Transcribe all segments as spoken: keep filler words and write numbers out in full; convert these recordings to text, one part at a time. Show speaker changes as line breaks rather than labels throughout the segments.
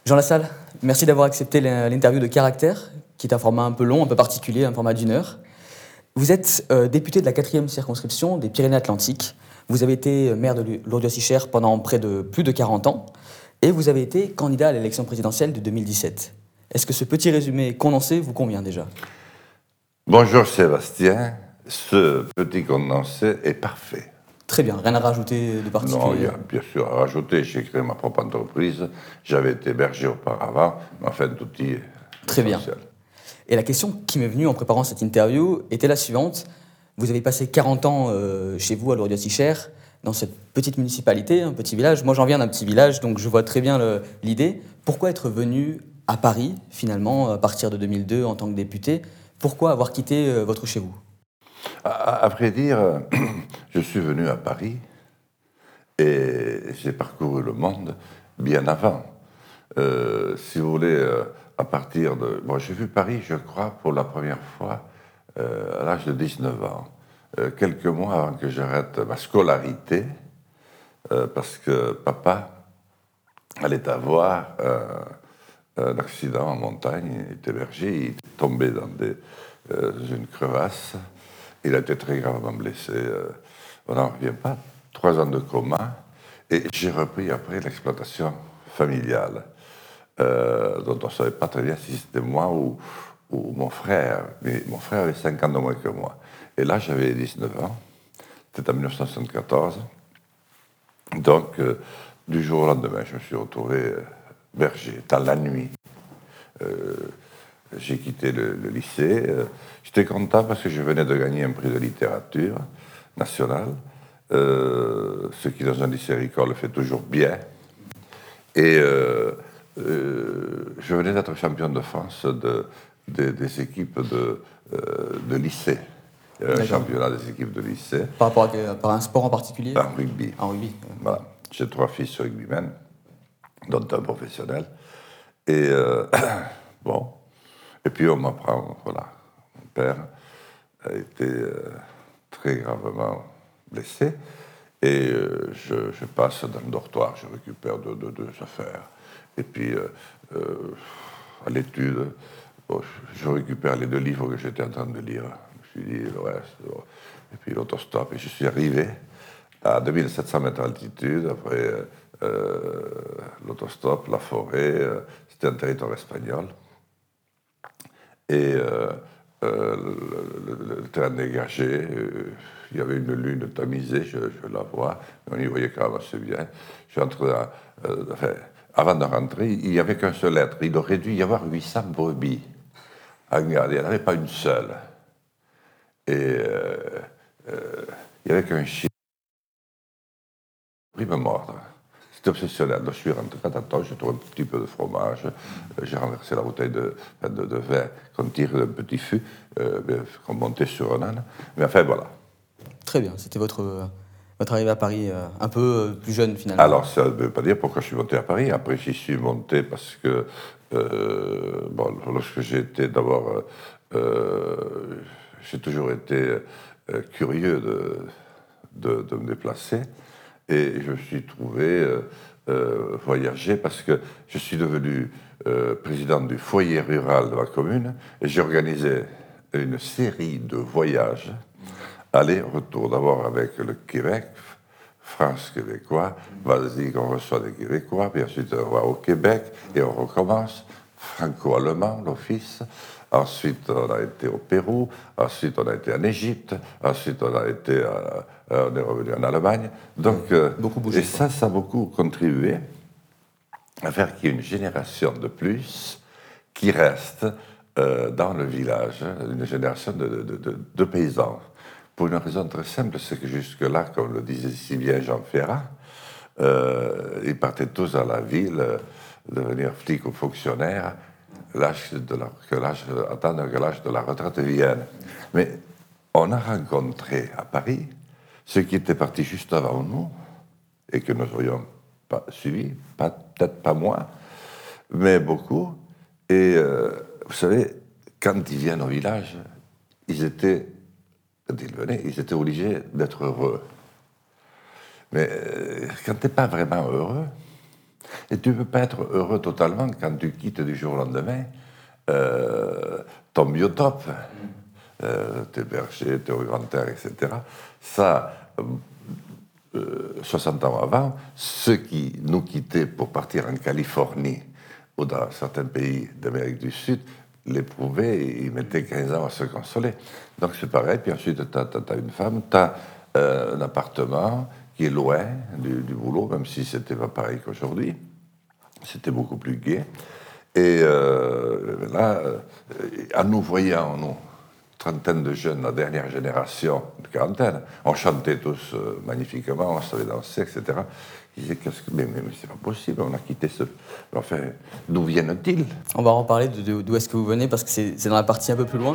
Jean Lassalle, merci d'avoir accepté l'interview de Caractère, qui est un format un peu long, un peu particulier, un format d'une heure. Vous êtes euh, député de la quatrième circonscription des Pyrénées-Atlantiques. Vous avez été maire de Lourdes-Ichère pendant près de plus de quarante ans et vous avez été candidat à l'élection présidentielle de deux mille dix-sept. Est-ce que ce petit résumé condensé vous convient déjà?
Bonjour Sébastien, ce petit condensé est parfait.
Très bien, rien à rajouter de particulier?
Non, il y a bien sûr à rajouter, j'ai créé ma propre entreprise, j'avais été berger auparavant, mais enfin tout y est
Très bien.
essentiel.
Et la question qui m'est venue en préparant cette interview était la suivante. Vous avez passé quarante ans euh, chez vous à Lourdes-Ichère, dans cette petite municipalité, un petit village. Moi, j'en viens d'un petit village, donc je vois très bien le- l'idée. Pourquoi être venu à Paris, finalement, à partir de deux mille deux, en tant que député? Pourquoi avoir quitté euh, votre chez vous?
À, à- à vrai dire, je suis venu à Paris et j'ai parcouru le monde bien avant. Euh, si vous voulez, euh, à partir de... Bon, j'ai vu Paris, je crois, pour la première fois euh, à l'âge de dix-neuf ans, euh, quelques mois avant que j'arrête ma scolarité, euh, parce que papa allait avoir euh, un accident en montagne, il était berger, il est tombé dans, des, euh, dans une crevasse, il a été très gravement blessé, euh, on n'en revient pas, trois ans de coma, et j'ai repris après l'exploitation familiale, euh, dont on ne savait pas très bien si c'était moi ou, ou mon frère, mais mon frère avait cinq ans de moins que moi. Et là, j'avais dix-neuf ans, c'était en mille neuf cent soixante-quatorze, donc euh, du jour au lendemain, je me suis retrouvé euh, berger, dans la nuit. Euh, j'ai quitté le, le lycée. Euh, J'étais content parce que je venais de gagner un prix de littérature national, euh, ce qui dans un lycée agricole fait toujours bien. Et euh, euh, je venais d'être champion de France de, de- des équipes de, euh, de lycée. Il y avait un
D'accord.
championnat des équipes de lycée
Par rapport à, à- par un sport en particulier?
en rugby.
En rugby. euh,
Voilà. J'ai trois fils rugbymen, dont un professionnel. Et euh, bon, et puis on m'apprend, voilà, mon père a été euh, très gravement blessé. Et euh, je, je passe dans le dortoir, je récupère deux de, de, de affaires. Et puis, euh, euh, à l'étude, bon, je, je récupère les deux livres que j'étais en train de lire. Je me suis dit, le reste, bon. Et puis l'autostop. Et je suis arrivé à deux mille sept cents mètres d'altitude, après euh, euh, l'autostop, la forêt, euh, c'était un territoire espagnol. Et euh, euh, le, le, le terrain dégagé, euh, il y avait une lune tamisée, je, je la vois, on y voyait quand même assez bien. Je suis entré dans, euh, enfin, avant de rentrer, il n'y avait qu'un seul être. Il aurait dû y avoir huit cents brebis à regarder, il n'y en avait pas une seule. Et euh, euh, il n'y avait qu'un chien qui me mordre. C'était obsessionnel. Donc, je suis rentré à temps, j'ai trouvé un petit peu de fromage, euh, j'ai renversé la bouteille de, de, de vin qu'on tire d'un petit fût, euh, qu'on montait sur un âne. Mais enfin, voilà.
Très bien, c'était votre, euh, votre arrivée à Paris euh, un peu euh, plus jeune finalement.
Alors, ça ne veut pas dire pourquoi je suis monté à Paris. Après, j'y suis monté parce que, euh, bon, lorsque j'ai été d'abord, euh, euh, j'ai toujours été euh, curieux de, de, de me déplacer. Et je me suis trouvé euh, euh, voyager parce que je suis devenu euh, président du foyer rural de ma commune et j'ai organisé une série de voyages aller-retour. D'abord avec le Québec, France québécois, vas-y qu'on reçoit des Québécois, puis ensuite on va au Québec et on recommence, franco-allemand, l'office. Ensuite, on a été au Pérou, ensuite on a été en Égypte, ensuite on a été, à- euh, on est revenu en Allemagne. Donc, euh,
Beaucoup bougé,
et
quoi.
ça, ça a beaucoup contribué à faire qu'il y ait une génération de plus qui reste euh, dans le village, une génération de, de- de- de paysans. Pour une raison très simple, c'est que jusque-là, comme le disait si bien Jean Ferrat, euh, ils partaient tous à la ville, euh, devenir flics ou fonctionnaires, l'âge de la, que l'âge, attendre que l'âge de la retraite vienne. Mais on a rencontré à Paris ceux qui étaient partis juste avant nous et que nous n'aurions pas suivi, pas, peut-être pas moi, mais beaucoup. Et euh, vous savez, quand ils viennent au village, ils étaient, quand ils venaient, ils étaient obligés d'être heureux. Mais euh, quand tu n'es pas vraiment heureux, Et tu ne peux pas être heureux totalement quand tu quittes du jour au lendemain euh, ton biotope, euh, tes bergers, tes grands airs, et cetera. Ça, euh, soixante ans avant, ceux qui nous quittaient pour partir en Californie ou dans certains pays d'Amérique du Sud l'éprouvaient et ils mettaient quinze ans à se consoler. Donc c'est pareil, puis ensuite tu as une femme, tu as euh, un appartement qui est loin du, du boulot, même si c'était pas pareil qu'aujourd'hui. C'était beaucoup plus gai. Et euh, là, euh, en nous voyant, nous, trentaine de jeunes, la dernière génération, de quarantaine, on chantait tous euh, magnifiquement, on savait danser, et cetera. Ils disaient, qu'est-ce que... mais, mais, mais c'est pas possible, on a quitté ce... Enfin, d'où viennent-ils?
On va en parler de d'où est-ce que vous venez, parce que c'est dans la partie un peu plus loin.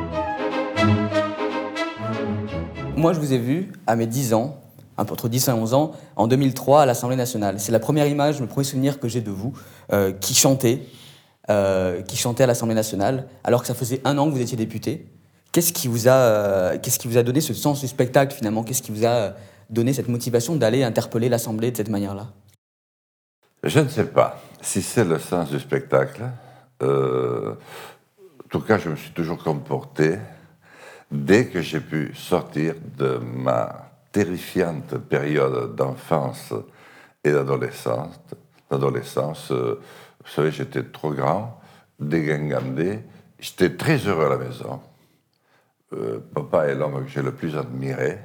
Moi, je vous ai vu à mes dix ans, entre dix et onze ans, en deux mille trois à l'Assemblée nationale. C'est la première image, le premier souvenir que j'ai de vous, euh, qui chantait, euh, qui chantait à l'Assemblée nationale, alors que ça faisait un an que vous étiez député. Qu'est-ce qui vous a, euh, qu'est-ce qui vous a donné ce sens du spectacle, finalement? Qu'est-ce qui vous a donné cette motivation d'aller interpeller l'Assemblée de cette manière-là?
Je ne sais pas si c'est le sens du spectacle. Euh, en tout cas, je me suis toujours comporté dès que j'ai pu sortir de ma terrifiante période d'enfance et d'adolescence. D'adolescence, euh, vous savez, j'étais trop grand, dégingandé. J'étais très heureux à la maison. Euh, papa est l'homme que j'ai le plus admiré.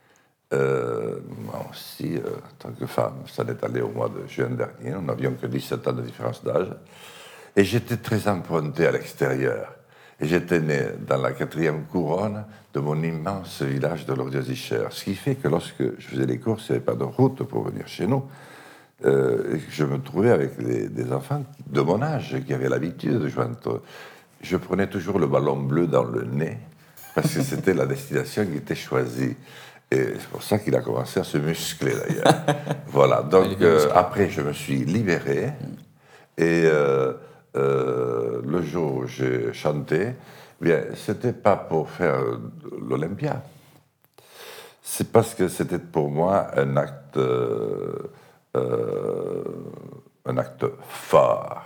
Euh, moi aussi, euh, en tant que femme, ça n'est allé au mois de juin dernier. Nous n'avions que dix-sept ans de différence d'âge. Et j'étais très emprunté à l'extérieur. Et j'étais né dans la quatrième couronne de mon immense village de Lourdes-Ichères. Ce qui fait que lorsque je faisais les courses, il n'y avait pas de route pour venir chez nous. Euh, et je me trouvais avec des, des enfants de mon âge qui avaient l'habitude de jouer entre... Je prenais toujours le ballon bleu dans le nez, parce que c'était la destination qui était choisie. Et c'est pour ça qu'il a commencé à se muscler, d'ailleurs. Voilà, donc euh, après, je me suis libéré. Et euh, euh, le jour où j'ai chanté, bien, c'était pas pour faire l'Olympia. C'est parce que c'était pour moi un acte, euh, euh, un acte fort,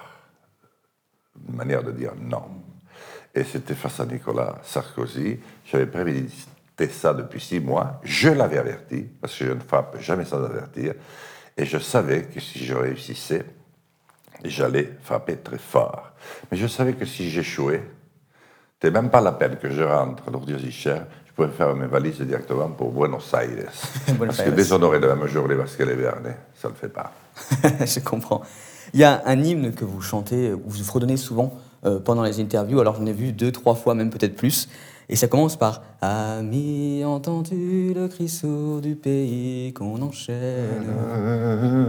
une manière de dire non. Et c'était face à Nicolas Sarkozy. J'avais prémédité ça depuis six mois. Je l'avais averti, parce que je ne frappe jamais sans avertir. Et je savais que si je réussissais, j'allais frapper très fort. Mais je savais que si j'échouais, c'était même pas la peine que je rentre à Lourdes-Ichères. Je pouvais faire mes valises directement pour Buenos Aires.
Buenos
parce
Aires.
que déshonorer le même jour les Basques et les Béarnais, ça ne le fait pas.
Je comprends. Il y a un hymne que vous chantez, ou vous fredonnez souvent euh, pendant les interviews, alors j'en ai vu deux, trois fois, même peut-être plus, et ça commence par « Amis, entends-tu le cri sourd du pays qu'on enchaîne
euh, ?»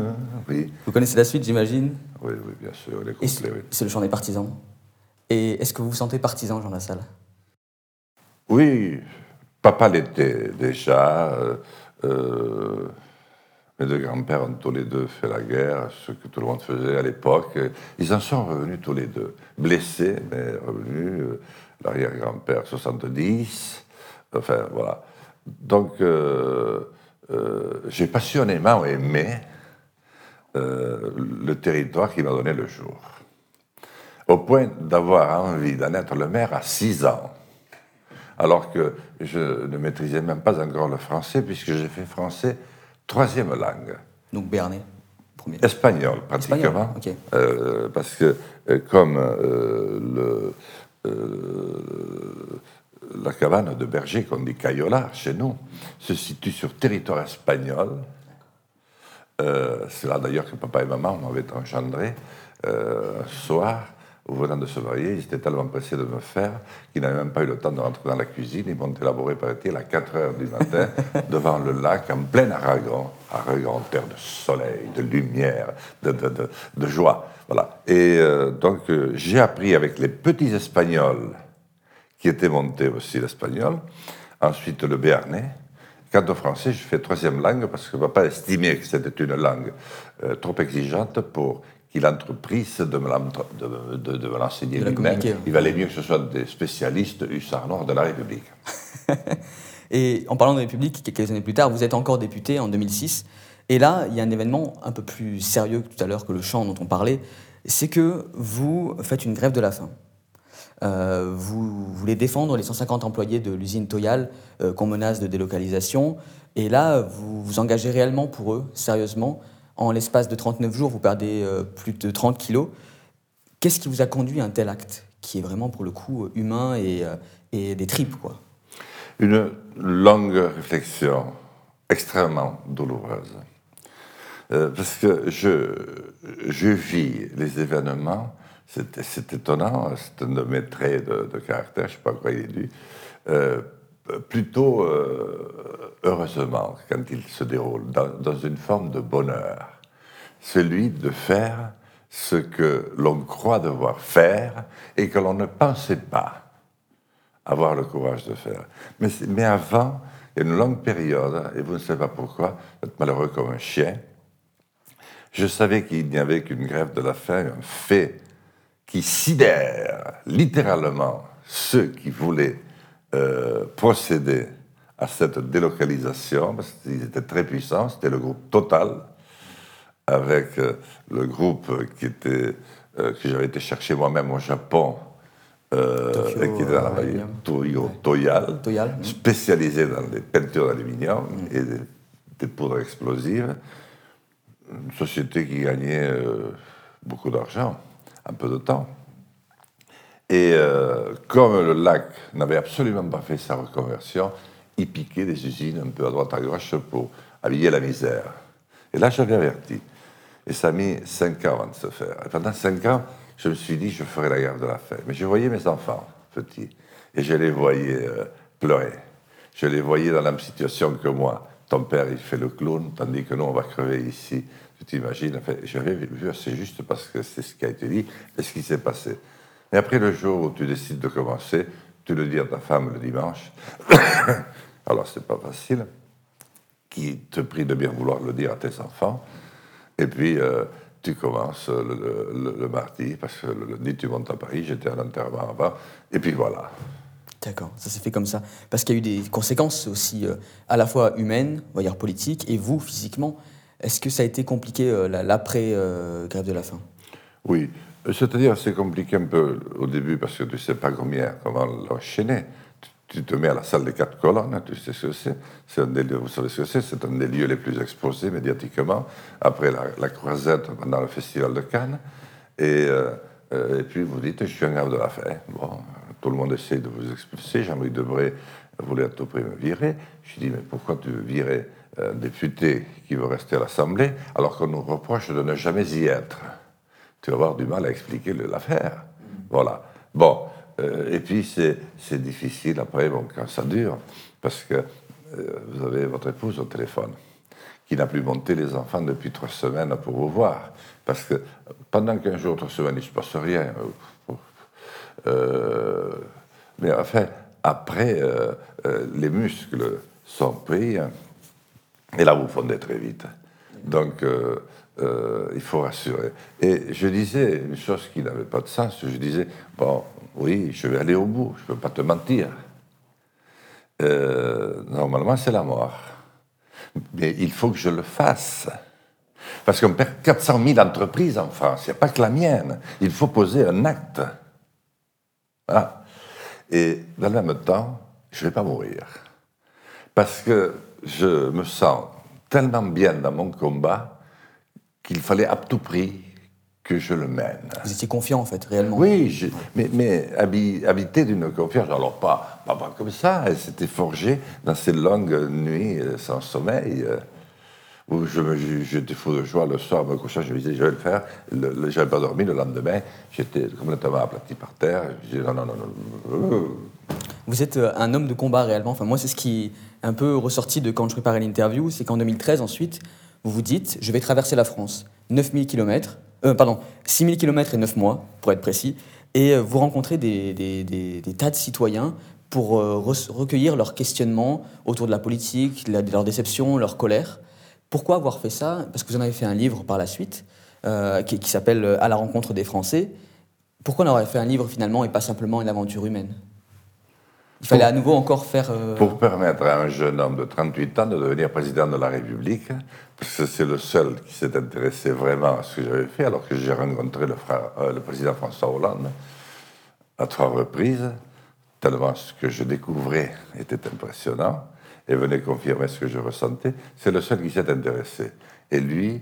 Oui.
Vous connaissez la suite, j'imagine?
Oui, oui, bien sûr, les couplets, oui.
C'est le chant des partisans. Et est-ce que vous vous sentez partisan, Jean Lassalle?
Oui, papa l'était déjà. Euh, euh, mes deux grands-pères ont tous les deux fait la guerre, ce que tout le monde faisait à l'époque. Ils en sont revenus tous les deux, blessés, mais revenus. Euh, L'arrière-grand-père, soixante-dix. Enfin, voilà. Donc, euh, euh, j'ai passionnément aimé euh, le territoire qui m'a donné le jour. Au point d'avoir envie d'en être le maire à six ans. Alors que je ne maîtrisais même pas encore le français, puisque j'ai fait français troisième langue.
Donc béarnais, premier.
Espagnol, pratiquement.
Espagnol, okay.
euh, parce que, euh, comme euh, le, euh, la cabane de berger, qu'on dit Cayola, chez nous, se situe sur territoire espagnol. Euh, C'est là d'ailleurs que papa et maman m'avaient engendré euh, un soir. Au venant de se marier, ils étaient tellement pressés de me faire qu'ils n'avaient même pas eu le temps de rentrer dans la cuisine. Ils m'ont élaboré, paraît-il, à quatre heures du matin, devant le lac, en plein Aragon, Aragon, terre de soleil, de lumière, de, de, de, de joie. Voilà. Et euh, donc, euh, j'ai appris avec les petits Espagnols, qui étaient montés aussi l'espagnol, ensuite le béarnais. Quant au français, je fais troisième langue parce que papa estimait que c'était une langue euh, trop exigeante pour qu'il entreprise de me l'enseigner lui-même. Il valait mieux que ce soit des spécialistes hussards noirs de la République.
Et en parlant de République, quelques années plus tard, vous êtes encore député en deux mille six. Et là, il y a un événement un peu plus sérieux que tout à l'heure, que le chant dont on parlait, c'est que vous faites une grève de la faim. Euh, vous voulez défendre les cent cinquante employés de l'usine Toyal euh, qu'on menace de délocalisation. Et là, vous vous engagez réellement pour eux, sérieusement. En l'espace de trente-neuf jours, vous perdez euh, plus de trente kilos. Qu'est-ce qui vous a conduit à un tel acte, qui est vraiment, pour le coup, humain et, euh, et des tripes, quoi?
Une longue réflexion, extrêmement douloureuse. Euh, parce que je, je vis les événements, c'est, c'est étonnant, c'est un de mes traits de, de caractère, je ne sais pas à quoi il est dû, euh, plutôt euh, heureusement quand il se déroule, dans, dans une forme de bonheur. Celui de faire ce que l'on croit devoir faire et que l'on ne pensait pas avoir le courage de faire. Mais, mais avant, il y a une longue période, et vous ne savez pas pourquoi, vous êtes malheureux comme un chien. Je savais qu'il n'y avait qu'une grève de la faim, un fait qui sidère littéralement ceux qui voulaient euh, procéder à cette délocalisation, parce qu'ils étaient très puissants, c'était le groupe Total, avec euh, le groupe qui était, euh, que j'avais été chercher moi-même au Japon, euh,
Tokyo,
et qui était dans la
euh,
vallée Toyo,
ouais.
Toyal,
Toyal, mm.
spécialisé dans les peintures d'aluminium mm. et des, des poudres explosives. Une société qui gagnait euh, beaucoup d'argent, un peu de temps. Et euh, comme le lac n'avait absolument pas fait sa reconversion, il piquait des usines un peu à droite à gauche pour habiller la misère. Et là, j'avais averti. Et ça a mis cinq ans avant de se faire. Et pendant cinq ans, je me suis dit, je ferai la grève de la faim. Mais je voyais mes enfants, petits, et je les voyais euh, pleurer. Je les voyais dans la même situation que moi. Ton père, il fait le clown, tandis que nous, on va crever ici. Tu t'imagines? Enfin, j'avais vu, c'est juste parce que c'est ce qui a été dit et ce qui s'est passé. Et après, le jour où tu décides de commencer, tu le dis à ta femme le dimanche. Alors, c'est pas facile. Qui te prie de bien vouloir le dire à tes enfants. Et puis, euh, tu commences le, le, le mardi, parce que le lundi, tu montes à Paris, j'étais à l'enterrement avant, et puis voilà.
D'accord, ça s'est fait comme ça. Parce qu'il y a eu des conséquences aussi, euh, à la fois humaines, on va dire politiques, et vous, physiquement. Est-ce que ça a été compliqué, euh, l'après-grève euh, de la faim?
Oui, c'est-à-dire c'est compliqué un peu au début, parce que tu ne sais pas combien, comment l'enchaîner. Tu te mets à la salle des quatre colonnes, tu sais ce que c'est. C'est un des lieux, vous savez ce que c'est, c'est un des lieux les plus exposés médiatiquement, après la, la croisette pendant le festival de Cannes. Et, euh, euh, et puis vous dites, je suis en grève de la faim. Bon, tout le monde essaie de vous expulser. Jean-Louis Debré voulait à tout prix me virer. Je dis, mais pourquoi tu veux virer un député qui veut rester à l'Assemblée alors qu'on nous reproche de ne jamais y être? Tu vas avoir du mal à expliquer l'affaire. Voilà. Bon. Euh, et puis, c'est, c'est difficile après, bon, quand ça dure, parce que euh, vous avez votre épouse au téléphone, qui n'a plus monté les enfants depuis trois semaines pour vous voir. Parce que pendant quinze jours, trois semaines, il ne se passe rien. Euh, mais enfin, après, euh, euh, les muscles sont pris, et là, vous fondez très vite. Donc, euh, euh, il faut rassurer. Et je disais une chose qui n'avait pas de sens. Je disais, bon, oui, je vais aller au bout, je ne peux pas te mentir. Euh, normalement, c'est la mort. Mais il faut que je le fasse. Parce qu'on perd quatre cent mille entreprises en France, il n'y a pas que la mienne. Il faut poser un acte. Voilà. Et dans le même temps, je ne vais pas mourir. Parce que je me sens tellement bien dans mon combat qu'il fallait à tout prix que je le mène.
Vous étiez confiant, en fait, réellement?
Oui, je, mais, mais habité d'une confiance, alors pas, pas, pas comme ça, elle s'était forgée dans ces longues nuits sans sommeil, où je me, j'étais fou de joie le soir, me couchant, je me disais, je vais le faire. Je n'avais pas dormi le lendemain, j'étais complètement aplati par terre, je disais, non, non, non, non.
Vous êtes un homme de combat, réellement. Enfin, moi, c'est ce qui est un peu ressorti de quand je préparais l'interview, c'est qu'en deux mille treize, ensuite, vous vous dites, je vais traverser la France, neuf mille kilomètres, euh, pardon, six mille kilomètres et neuf mois, pour être précis, et vous rencontrez des, des, des, des tas de citoyens pour euh, recueillir leurs questionnements autour de la politique, la, de leur déception, leur colère. Pourquoi avoir fait ça? Parce que vous en avez fait un livre par la suite, euh, qui, qui s'appelle « À la rencontre des Français ». Pourquoi on aurait fait un livre, finalement, et pas simplement une aventure humaine? Il fallait à nouveau encore faire... Euh...
Pour permettre à un jeune homme de trente-huit ans de devenir président de la République, parce que c'est le seul qui s'est intéressé vraiment à ce que j'avais fait, alors que j'ai rencontré le, frère, euh, le président François Hollande à trois reprises, tellement ce que je découvrais était impressionnant et venait confirmer ce que je ressentais. C'est le seul qui s'est intéressé. Et lui,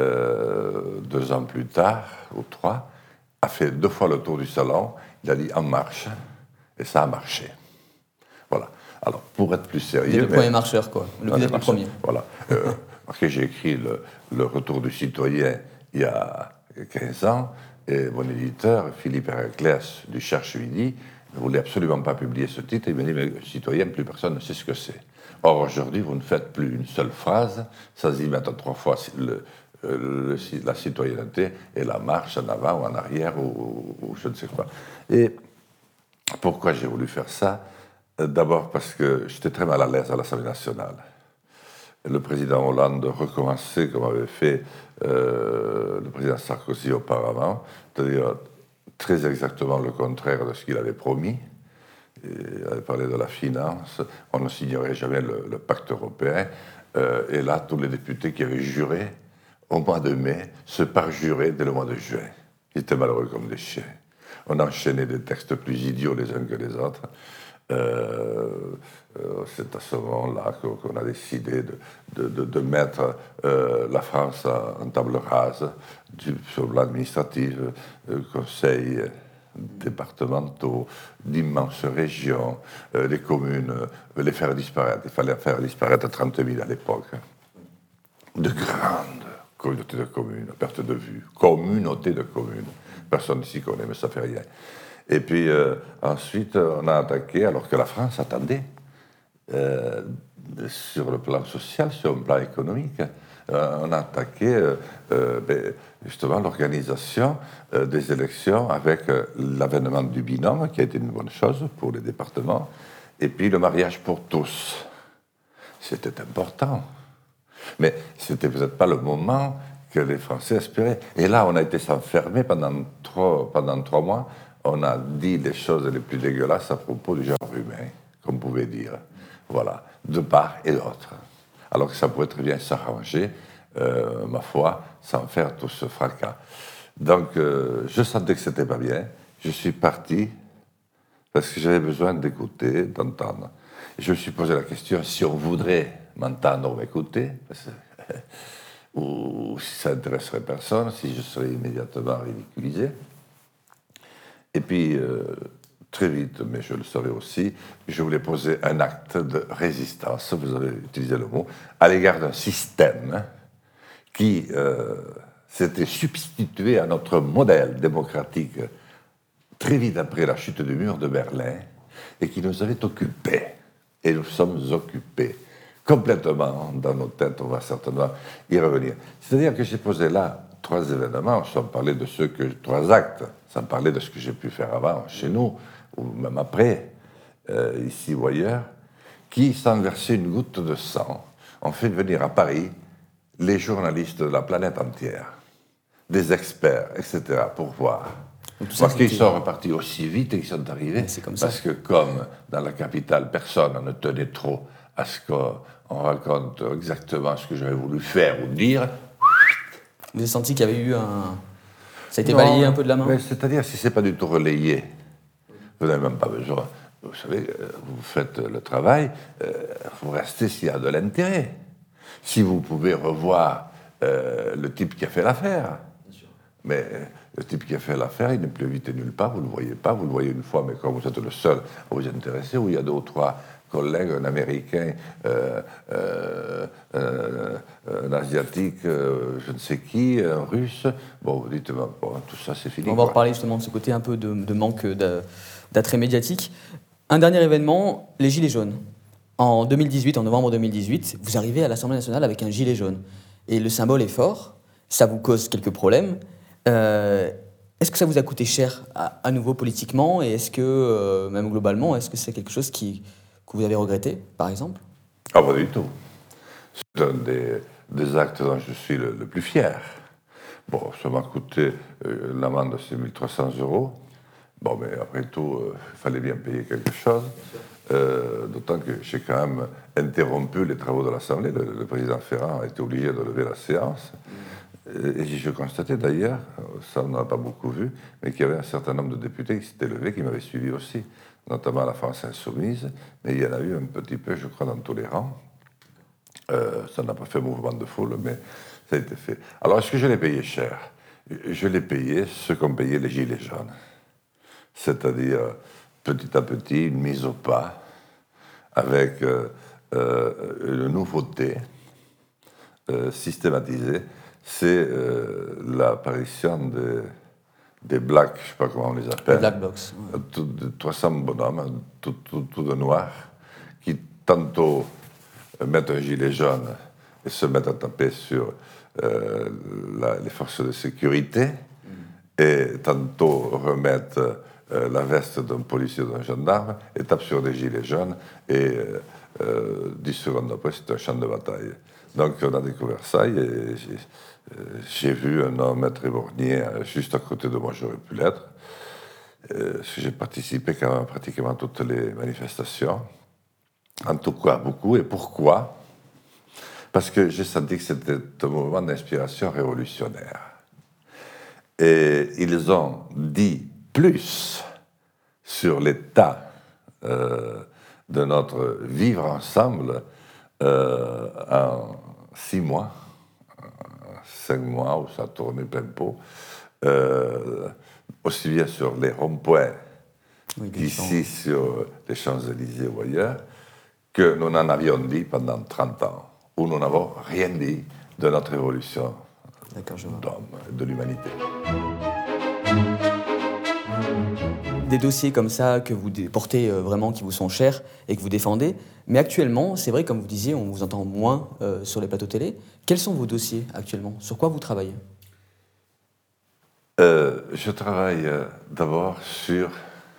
euh, deux ans plus tard, ou trois, a fait deux fois le tour du salon. Il a dit « en marche », et ça a marché. Voilà. Alors, pour être plus sérieux...
C'est le
mais...
premier marcheur, quoi. Le, vous êtes le premier.
Voilà. Euh, parce que j'ai écrit le, le Retour du citoyen il y a quinze ans, et mon éditeur, Philippe Héraclès du Cherche Midi, ne voulait absolument pas publier ce titre. Il m'a dit, mais citoyen, plus personne ne sait ce que c'est. Or, aujourd'hui, vous ne faites plus une seule phrase sans y mettre trois fois le, le, la citoyenneté et la marche en avant ou en arrière ou, ou je ne sais quoi. Et pourquoi j'ai voulu faire ça? D'abord parce que j'étais très mal à l'aise à l'Assemblée nationale. Le président Hollande recommençait, comme avait fait euh, le président Sarkozy auparavant, c'est-à-dire très exactement le contraire de ce qu'il avait promis. Il avait parlé de la finance, on ne signerait jamais le, le pacte européen. Euh, et là, tous les députés qui avaient juré au mois de mai se parjuraient dès le mois de juin. Ils étaient malheureux comme des chiens. On enchaînait des textes plus idiots les uns que les autres. Euh, euh, c'est à ce moment-là qu'on a décidé de, de, de, de mettre euh, la France en table rase du, sur le plan administratif, euh, conseils départementaux, d'immenses régions, euh, les communes, euh, les faire disparaître. Il fallait faire disparaître trente mille à l'époque. De grandes communautés de communes, perte de vue, communautés de communes. Personne ici connaît, mais ça fait rien. Et puis euh, ensuite, on a attaqué, alors que la France attendait, euh, sur le plan social, sur le plan économique, euh, on a attaqué euh, euh, ben, justement l'organisation euh, des élections avec euh, l'avènement du binôme, qui a été une bonne chose pour les départements, et puis le mariage pour tous. C'était important. Mais ce n'était peut-être pas le moment que les Français espéraient. Et là, on a été s'enfermer pendant trois, pendant trois mois. On a dit les choses les plus dégueulasses à propos du genre humain, comme on pouvait dire. Voilà, de part et d'autre. Alors que ça pourrait très bien s'arranger, euh, ma foi, sans faire tout ce fracas. Donc, euh, je sentais que c'était pas bien. Je suis parti parce que j'avais besoin d'écouter, d'entendre. Et je me suis posé la question, si on voudrait m'entendre ou m'écouter, ou si ça n'intéresserait personne, si je serais immédiatement ridiculisé. Et puis, euh, très vite, mais je le savais aussi, je voulais poser un acte de résistance, vous avez utilisé le mot, à l'égard d'un système qui euh, s'était substitué à notre modèle démocratique très vite après la chute du mur de Berlin et qui nous avait occupés. Et nous sommes occupés complètement dans nos têtes, on va certainement y revenir. C'est-à-dire que j'ai posé là trois événements, sans parler de ceux que, trois actes, sans parler de ce que j'ai pu faire avant, chez nous, ou même après, euh, ici ou ailleurs, qui, sans verser une goutte de sang, ont fait venir à Paris les journalistes de la planète entière, des experts, et cetera, pour voir. Parce qu'ils sont repartis aussi vite et qu'ils sont arrivés, comme parce ça. que comme dans la capitale, personne ne tenait trop à ce qu'on raconte exactement ce que j'avais voulu faire ou dire.
Vous avez senti qu'il y avait eu un... Ça a été non, balayé un peu de la main?
C'est-à-dire, si ce n'est pas du tout relayé, vous n'avez même pas besoin. Vous savez, vous faites le travail, vous restez s'il y a de l'intérêt. Si vous pouvez revoir euh, le type qui a fait l'affaire. Mais le type qui a fait l'affaire, il n'est plus invité nulle part, vous ne le voyez pas, vous le voyez une fois, mais quand vous êtes le seul à vous intéresser, où il y a deux ou trois collègues, un Américain, euh, euh, euh, un Asiatique, euh, je ne sais qui, un Russe, bon, vous dites, bon, tout ça c'est fini.
On va reparler justement de ce côté un peu de, de manque d'attrait médiatique. Un dernier événement, les Gilets jaunes. En deux mille dix-huit, en novembre deux mille dix-huit, vous arrivez à l'Assemblée nationale avec un gilet jaune. Et le symbole est fort, ça vous cause quelques problèmes. Euh, est-ce que ça vous a coûté cher à, à nouveau politiquement, et est-ce que, euh, même globalement, est-ce que c'est quelque chose qui, que vous avez regretté, par exemple?
Ah, pas du tout. C'est un des, des actes dont je suis le, le plus fier. Bon, ça m'a coûté euh, une amende de six mille trois cents euros. Bon, mais après tout, il euh, fallait bien payer quelque chose. Euh, d'autant que j'ai quand même interrompu les travaux de l'Assemblée. Le, le président Ferrand a été obligé de lever la séance. Et je constatais d'ailleurs, ça on n'a pas beaucoup vu, mais qu'il y avait un certain nombre de députés qui s'étaient levés, qui m'avaient suivi aussi, notamment la France Insoumise, mais il y en a eu un petit peu, je crois, dans tous les rangs. Euh, ça n'a pas fait mouvement de foule, mais ça a été fait. Alors, est-ce que je l'ai payé cher? Je l'ai payé ce qu'ont payé les Gilets jaunes. C'est-à-dire, petit à petit, une mise au pas, avec euh, euh, une nouveauté euh, systématisée, c'est euh, l'apparition des, des blacks, je ne sais pas comment on les appelle.
Les black box. Ouais.
Tout, trois cents bonhommes, tout, tout, tout de noir, qui tantôt mettent un gilet jaune et se mettent à taper sur euh, la, les forces de sécurité, mmh. et tantôt remettent euh, la veste d'un policier ou d'un gendarme et tapent sur des gilets jaunes, et euh, euh, dix secondes après, c'est un champ de bataille. Donc on a découvert ça, et j'ai, euh, j'ai vu un homme être éborgné juste à côté de moi, j'aurais pu l'être. Euh, j'ai participé quand même à pratiquement toutes les manifestations. En tout cas, beaucoup. Et pourquoi? Parce que j'ai senti que c'était un mouvement d'inspiration révolutionnaire. Et ils ont dit plus sur l'état euh, de notre vivre ensemble euh, en six mois, cinq mois où ça a tourné plein pot, euh, aussi bien sur les ronds-points oui, qu'ici sur les Champs-Élysées ou ailleurs, que nous en avions dit pendant trente ans, où nous n'avons rien dit de notre évolution d'homme, de l'humanité.
Des dossiers comme ça que vous portez vraiment, qui vous sont chers et que vous défendez, mais actuellement, c'est vrai, comme vous disiez, on vous entend moins euh, sur les plateaux télé. Quels sont vos dossiers actuellement? Sur quoi vous travaillez?
euh, Je travaille euh, d'abord sur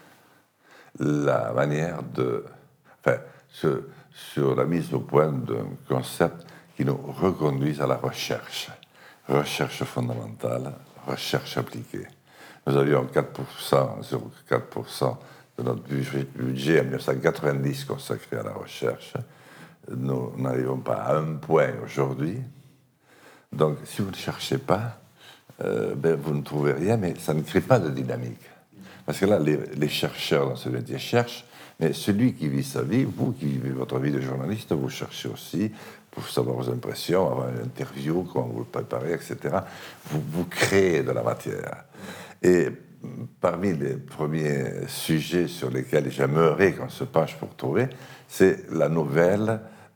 la manière de... Enfin, sur, sur la mise au point d'un concept qui nous reconduise à la recherche. Recherche fondamentale, recherche appliquée. Nous avions quatre pour cent, zéro virgule quatre pour cent de notre budget en mille neuf cent quatre-vingt-dix consacré à la recherche. Nous n'arrivons pas à un point aujourd'hui. Donc, si vous ne cherchez pas, euh, ben, vous ne trouvez rien, mais ça ne crée pas de dynamique. Parce que là, les, les chercheurs dans ce métier cherchent, mais celui qui vit sa vie, vous qui vivez votre vie de journaliste, vous cherchez aussi pour savoir vos impressions, avoir une interview, comment vous le préparez, et cetera. Vous, vous créez de la matière. Et parmi les premiers sujets sur lesquels j'aimerais qu'on se penche pour trouver, c'est la nouvelle,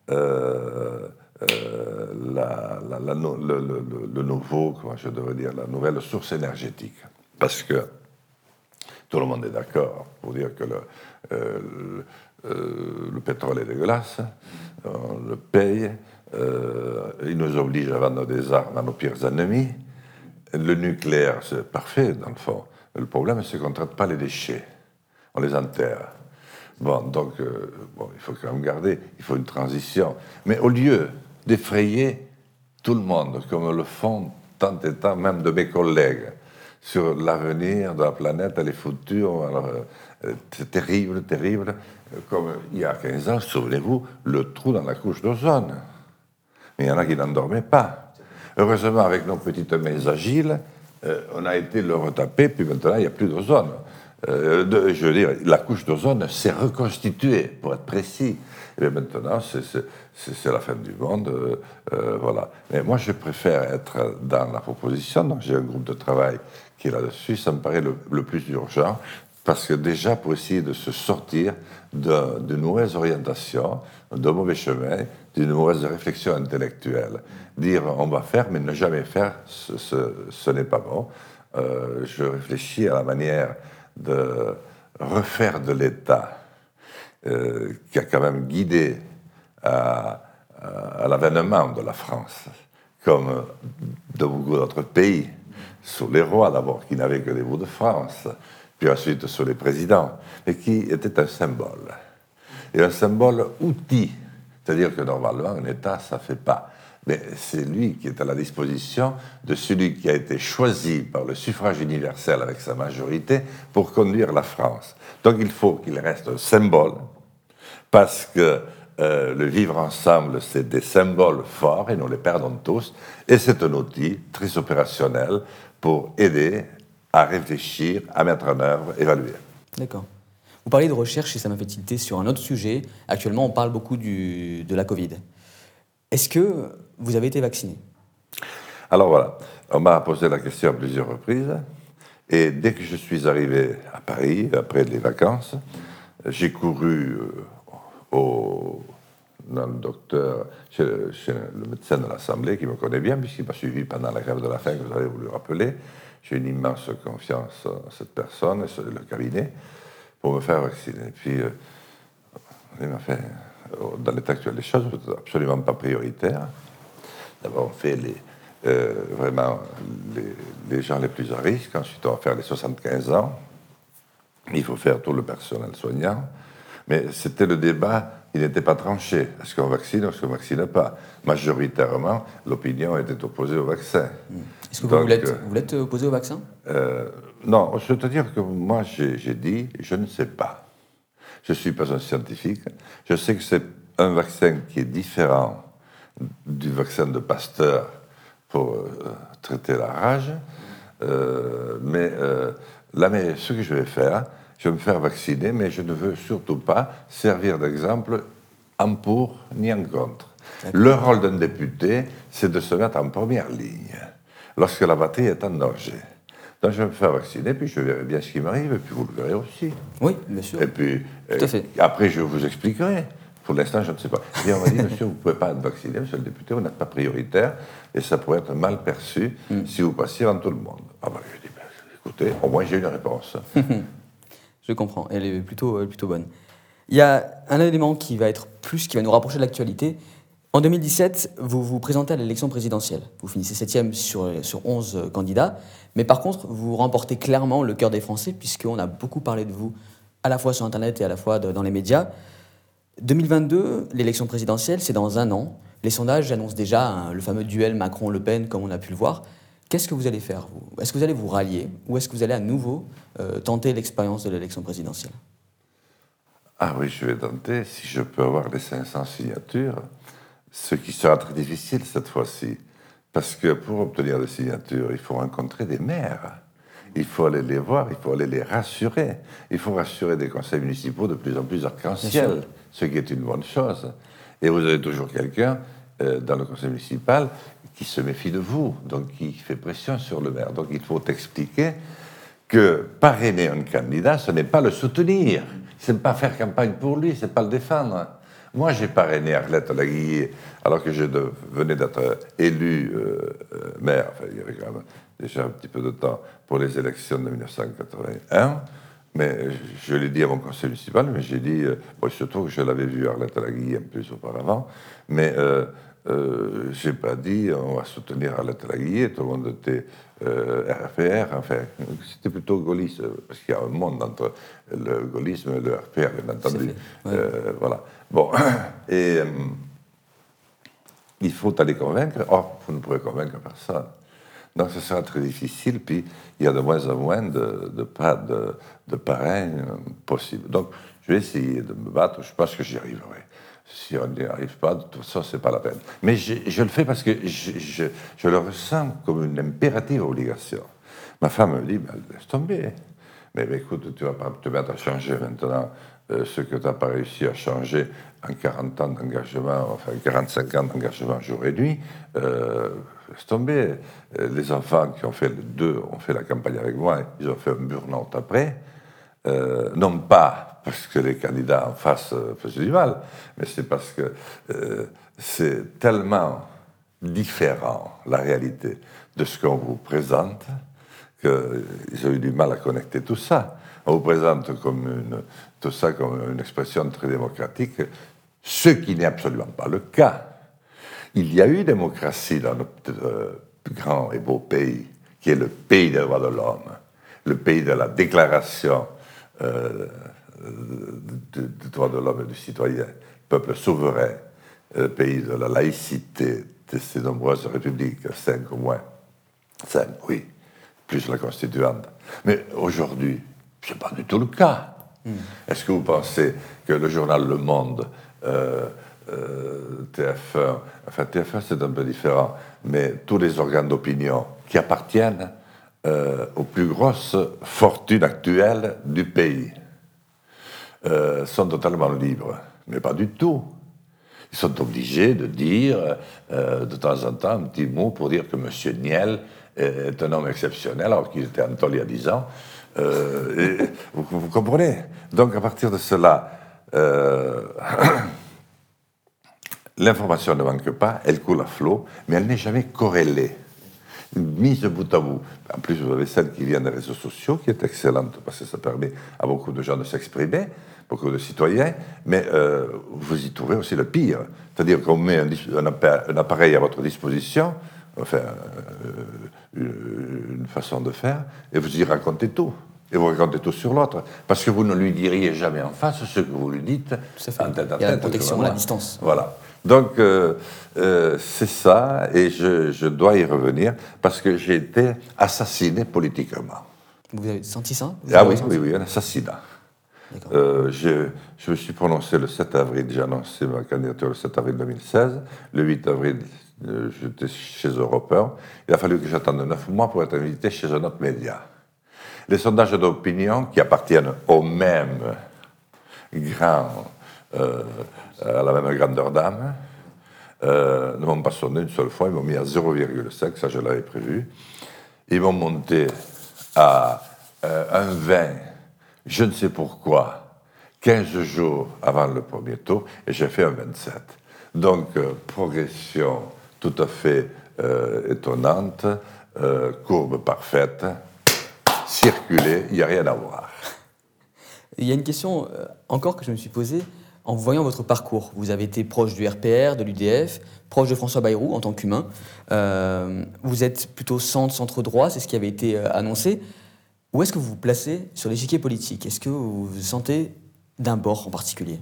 euh, euh, la, la, la, le, le, le nouveau, comment je devrais dire, la nouvelle source énergétique. Parce que tout le monde est d'accord pour dire que le, euh, le, euh, le pétrole est dégueulasse, on le paye, euh, il nous oblige à vendre des armes à nos pires ennemis. Le nucléaire, c'est parfait, dans le fond. Le problème, c'est qu'on ne traite pas les déchets. On les enterre. Bon, donc, euh, bon, il faut quand même garder. Il faut une transition. Mais au lieu d'effrayer tout le monde, comme le font tant et tant, même de mes collègues, sur l'avenir de la planète, elle est foutue, alors, euh, c'est terrible, terrible. Comme il y a quinze ans, souvenez-vous, le trou dans la couche d'ozone. Mais il y en a qui n'en dormaient pas. Heureusement, avec nos petites mains agiles, euh, on a été le retaper, puis maintenant, il n'y a plus d'ozone. Euh, de, je veux dire, la couche d'ozone s'est reconstituée, pour être précis. Et bien maintenant, c'est, c'est, c'est la fin du monde. Euh, euh, voilà. Mais moi, je préfère être dans la proposition. Donc, j'ai un groupe de travail qui est là-dessus. Ça me paraît le, le plus urgent. Parce que déjà, pour essayer de se sortir de, de nouvelles orientations, de mauvais chemins, d'une mauvaise réflexion intellectuelle. Dire on va faire, mais ne jamais faire, ce, ce, ce n'est pas bon. Euh, je réfléchis à la manière de refaire de l'État euh, qui a quand même guidé à, à, à l'avènement de la France, comme de beaucoup d'autres pays, sous les rois d'abord, qui n'avaient que des bouts de France, puis ensuite sur les présidents, mais qui était un symbole. Et un symbole outil, c'est-à-dire que normalement, un État, ça ne fait pas. Mais c'est lui qui est à la disposition de celui qui a été choisi par le suffrage universel avec sa majorité pour conduire la France. Donc il faut qu'il reste un symbole, Parce que euh, le vivre ensemble, c'est des symboles forts et nous les perdons tous. Et c'est un outil très opérationnel pour aider à réfléchir, à mettre en œuvre, évaluer.
D'accord. Vous parlez de recherche et ça m'a fait tilter sur un autre sujet. Actuellement, on parle beaucoup du, de la Covid. Est-ce que vous avez été vacciné?
Alors voilà, on m'a posé la question à plusieurs reprises. Et dès que je suis arrivé à Paris, après les vacances, j'ai couru euh, au, dans le docteur, chez, chez le médecin de l'Assemblée qui me connaît bien, puisqu'il m'a suivi pendant la grève de la faim, que vous avez voulu rappeler. J'ai une immense confiance en cette personne et sur le cabinet pour me faire vacciner. Et puis, euh, il m'a fait, dans l'état actuel des choses, absolument pas prioritaire. D'abord, on fait les, euh, vraiment les, les gens les plus à risque. Ensuite, on va faire les soixante-quinze ans. Il faut faire tout le personnel soignant. Mais c'était le débat, il n'était pas tranché. Est-ce qu'on vaccine ou est-ce qu'on ne vaccine pas? Majoritairement, l'opinion était opposée au vaccin.
Est-ce que vous, vous, l'êtes, vous l'êtes opposé au vaccin?
euh, Non, je veux te dire que moi, j'ai, j'ai dit, je ne sais pas. Je ne suis pas un scientifique. Je sais que c'est un vaccin qui est différent du vaccin de Pasteur pour euh, traiter la rage. Euh, mais euh, là, mais ce que je vais faire, je vais me faire vacciner, mais je ne veux surtout pas servir d'exemple en pour ni en contre. D'accord. Le rôle d'un député, c'est de se mettre en première ligne lorsque la batterie est en danger. Donc je vais me faire vacciner, puis je verrai bien ce qui m'arrive, et puis vous le verrez aussi.
Oui, bien sûr.
Et puis,
tout à fait.
Après, je vous expliquerai. Pour l'instant, je ne sais pas. Et on m'a dit, monsieur, vous ne pouvez pas être vacciné, monsieur le député, vous n'êtes pas prioritaire, et ça pourrait être mal perçu mm. si vous passiez en tout le monde. Ah ben, je dis, ben, écoutez, au moins j'ai une réponse.
Je comprends, elle est plutôt, plutôt bonne. Il y a un élément qui va être plus, qui va nous rapprocher de l'actualité. En deux mille dix-sept, vous vous présentez à l'élection présidentielle. Vous finissez septième sur, sur onze candidats, mais par contre, vous remportez clairement le cœur des Français, puisqu'on a beaucoup parlé de vous, à la fois sur Internet et à la fois de, dans les médias. deux mille vingt-deux, l'élection présidentielle, c'est dans un an. Les sondages annoncent déjà hein, le fameux duel Macron-Le Pen, comme on a pu le voir. Qu'est-ce que vous allez faire, vous? Est-ce que vous allez vous rallier ou est-ce que vous allez à nouveau euh, tenter l'expérience de l'élection présidentielle?
Ah oui, je vais tenter, si je peux avoir les cinq cents signatures, ce qui sera très difficile cette fois-ci. Parce que pour obtenir des signatures, il faut rencontrer des maires. Il faut aller les voir, il faut aller les rassurer. Il faut rassurer des conseils municipaux de plus en plus arc-en-ciel, ce qui est une bonne chose. Et vous avez toujours quelqu'un euh, dans le conseil municipal qui se méfie de vous, donc qui fait pression sur le maire. Donc il faut expliquer que parrainer un candidat, ce n'est pas le soutenir, ce n'est pas faire campagne pour lui, ce n'est pas le défendre. Moi, j'ai parrainé Arlette Laguiller alors que je de, venais d'être élu euh, maire, enfin, il y avait quand même déjà un petit peu de temps pour les élections de mille neuf cent quatre-vingt-un, mais je, je l'ai dit à mon conseil municipal, mais j'ai dit, euh, bon, surtout que je l'avais vu Arlette Laguiller un peu auparavant, mais euh, euh, j'ai pas dit on va soutenir Arlette Laguiller, tout le monde était euh, R P R, enfin, c'était plutôt gaulliste, parce qu'il y a un monde entre le gaullisme et le R P R, bien entendu. Ouais. Euh, voilà. Bon, et euh, il faut aller convaincre. Or, vous ne pourrez convaincre personne. Donc, ce sera très difficile. Puis, il y a de moins en moins de, de, de, de parrains euh, possibles. Donc, je vais essayer de me battre. Je pense que j'y arriverai. Si on n'y arrive pas, de toute façon, ce n'est pas la peine. Mais je, je le fais parce que je, je, je le ressens comme une impérative obligation. Ma femme me dit, ben, laisse tomber. Mais, mais écoute, tu ne vas pas te mettre à changer maintenant euh, ce que tu n'as pas réussi à changer en quarante ans d'engagement, enfin quarante-cinq ans d'engagement jour et nuit. Euh, laisse tomber. Euh, les enfants qui ont fait les deux ont fait la campagne avec moi, ils ont fait un burn-out après. Euh, non pas parce que les candidats en face euh, faisaient du mal, mais c'est parce que euh, c'est tellement différent, la réalité, de ce qu'on vous présente, qu'ils ont eu du mal à connecter tout ça. On vous présente comme une, tout ça comme une expression très démocratique, ce qui n'est absolument pas le cas. Il y a eu démocratie dans notre euh, grand et beau pays, qui est le pays des droits de l'homme, le pays de la déclaration euh, des droits de l'homme et du citoyen, peuple souverain, le pays de la laïcité de ces nombreuses républiques, cinq au moins, cinq, oui, plus la constituante. Mais aujourd'hui, ce n'est pas du tout le cas. Mmh. Est-ce que vous pensez que le journal Le Monde, euh, euh, T F un, enfin T F un c'est un peu différent, mais tous les organes d'opinion qui appartiennent euh, aux plus grosses fortunes actuelles du pays euh, sont totalement libres? Mais pas du tout. Ils sont obligés de dire euh, de temps en temps un petit mot pour dire que M. Niel est un homme exceptionnel, alors qu'il était en tôle il y a dix ans. Euh, et, vous, vous comprenez? Donc, à partir de cela, euh, l'information ne manque pas, elle coule à flot, mais elle n'est jamais corrélée, mise bout à bout. En plus, vous avez celle qui vient des réseaux sociaux, qui est excellente, parce que ça permet à beaucoup de gens de s'exprimer, beaucoup de citoyens, mais euh, vous y trouvez aussi le pire. C'est-à-dire qu'on met un, un appareil à votre disposition, enfin, euh, une façon de faire, et vous y racontez tout. Et vous racontez tout sur l'autre. Parce que vous ne lui diriez jamais en face ce que vous lui dites en tête à tête.
Il y a la protection, la distance.
Voilà. Donc, euh, euh, c'est ça, et je, je dois y revenir, parce que j'ai été assassiné politiquement.
Vous avez senti ça?
Ah oui, oui, oui, un assassinat. Euh, je, je me suis prononcé le sept avril, j'ai annoncé ma candidature le sept avril deux mille seize. Le huit avril, euh, j'étais chez Europe un. Il a fallu que j'attende neuf mois pour être invité chez un autre média. Les sondages d'opinion, qui appartiennent au même grand, euh, à la même grandeur d'âme, euh, ne m'ont pas sonné une seule fois. Ils m'ont mis à zéro virgule cinq, ça je l'avais prévu. Ils m'ont monté à euh, un vingt. Je ne sais pourquoi, quinze jours avant le premier tour, et j'ai fait un vingt-sept. Donc, euh, progression tout à fait euh, étonnante, euh, courbe parfaite, circuler, il n'y a rien à voir.
Il y a une question euh, encore que je me suis posée en voyant votre parcours. Vous avez été proche du R P R, de l'U D F, proche de François Bayrou en tant qu'humain. Euh, vous êtes plutôt centre, centre-droit, c'est ce qui avait été euh, annoncé. Où est-ce que vous vous placez sur l'échiquier politique? Est-ce que vous vous sentez d'un bord en particulier?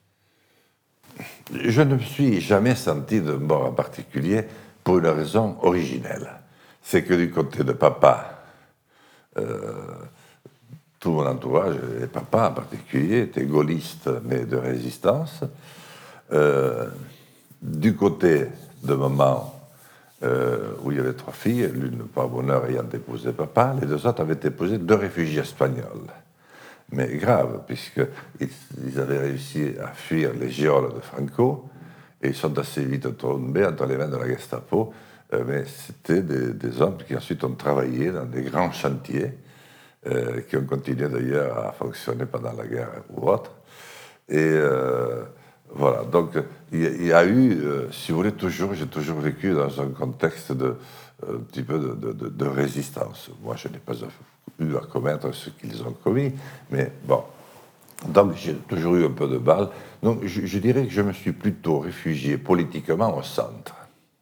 Je ne me suis jamais senti d'un bord en particulier pour une raison originelle. C'est que du côté de papa, euh, tout mon entourage, et papa en particulier, était gaulliste, mais de résistance. Euh, du côté de maman, Euh, où il y avait trois filles, l'une par bonheur ayant épousé papa, les deux autres avaient épousé deux réfugiés espagnols. Mais grave, puisqu'ils ils avaient réussi à fuir les geôles de Franco, et ils sont assez vite tombés entre les mains de la Gestapo, euh, mais c'était des, des hommes qui ensuite ont travaillé dans des grands chantiers, euh, qui ont continué d'ailleurs à fonctionner pendant la guerre ou autre. Et... Euh, Voilà, donc il y a eu, euh, si vous voulez, toujours, j'ai toujours vécu dans un contexte de, euh, un petit peu de, de, de, de résistance. Moi, je n'ai pas eu à commettre ce qu'ils ont commis, mais bon, donc j'ai toujours eu un peu de balle. Donc je, je dirais que je me suis plutôt réfugié politiquement au centre.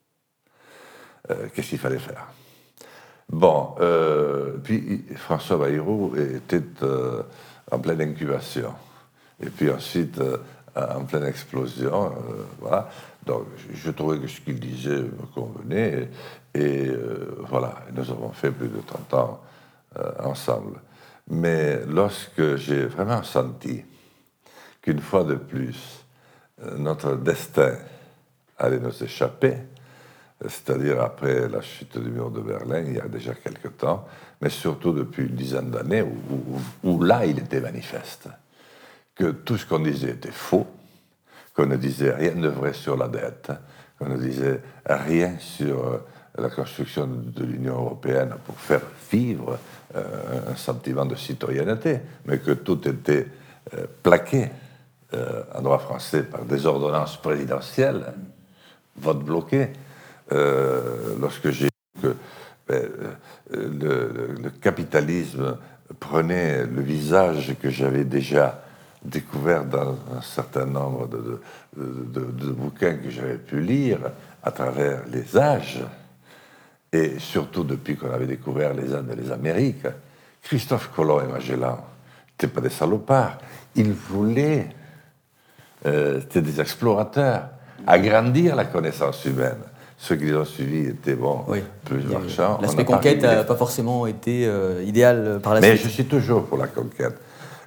Euh, qu'est-ce qu'il fallait faire? Bon, euh, puis François Bayrou était euh, en pleine incubation. Et puis ensuite... Euh, en pleine explosion, euh, voilà. Donc, je, je trouvais que ce qu'il disait me convenait, et, et euh, voilà, nous avons fait plus de trente ans euh, ensemble. Mais lorsque j'ai vraiment senti qu'une fois de plus, euh, notre destin allait nous échapper, c'est-à-dire après la chute du mur de Berlin, il y a déjà quelque temps, mais surtout depuis une dizaine d'années, où, où, où là, il était manifeste que tout ce qu'on disait était faux, qu'on ne disait rien de vrai sur la dette, qu'on ne disait rien sur la construction de l'Union européenne pour faire vivre euh, un sentiment de citoyenneté, mais que tout était euh, plaqué euh, en droit français par des ordonnances présidentielles, vote bloqué. Euh, lorsque j'ai vu que ben, le, le, le capitalisme prenait le visage que j'avais déjà découvert dans un certain nombre de, de, de, de bouquins que j'avais pu lire à travers les âges, et surtout depuis qu'on avait découvert les Indes et les Amériques. Christophe Colomb et Magellan n'étaient pas des salopards. Ils voulaient, euh, c'était des explorateurs, agrandir la connaissance humaine. Ceux qui les ont suivis étaient, bon,
oui,
plus marchands.
L'aspect conquête n'a pas forcément été euh, idéal par la
Mais
suite.
Mais je suis toujours pour la conquête.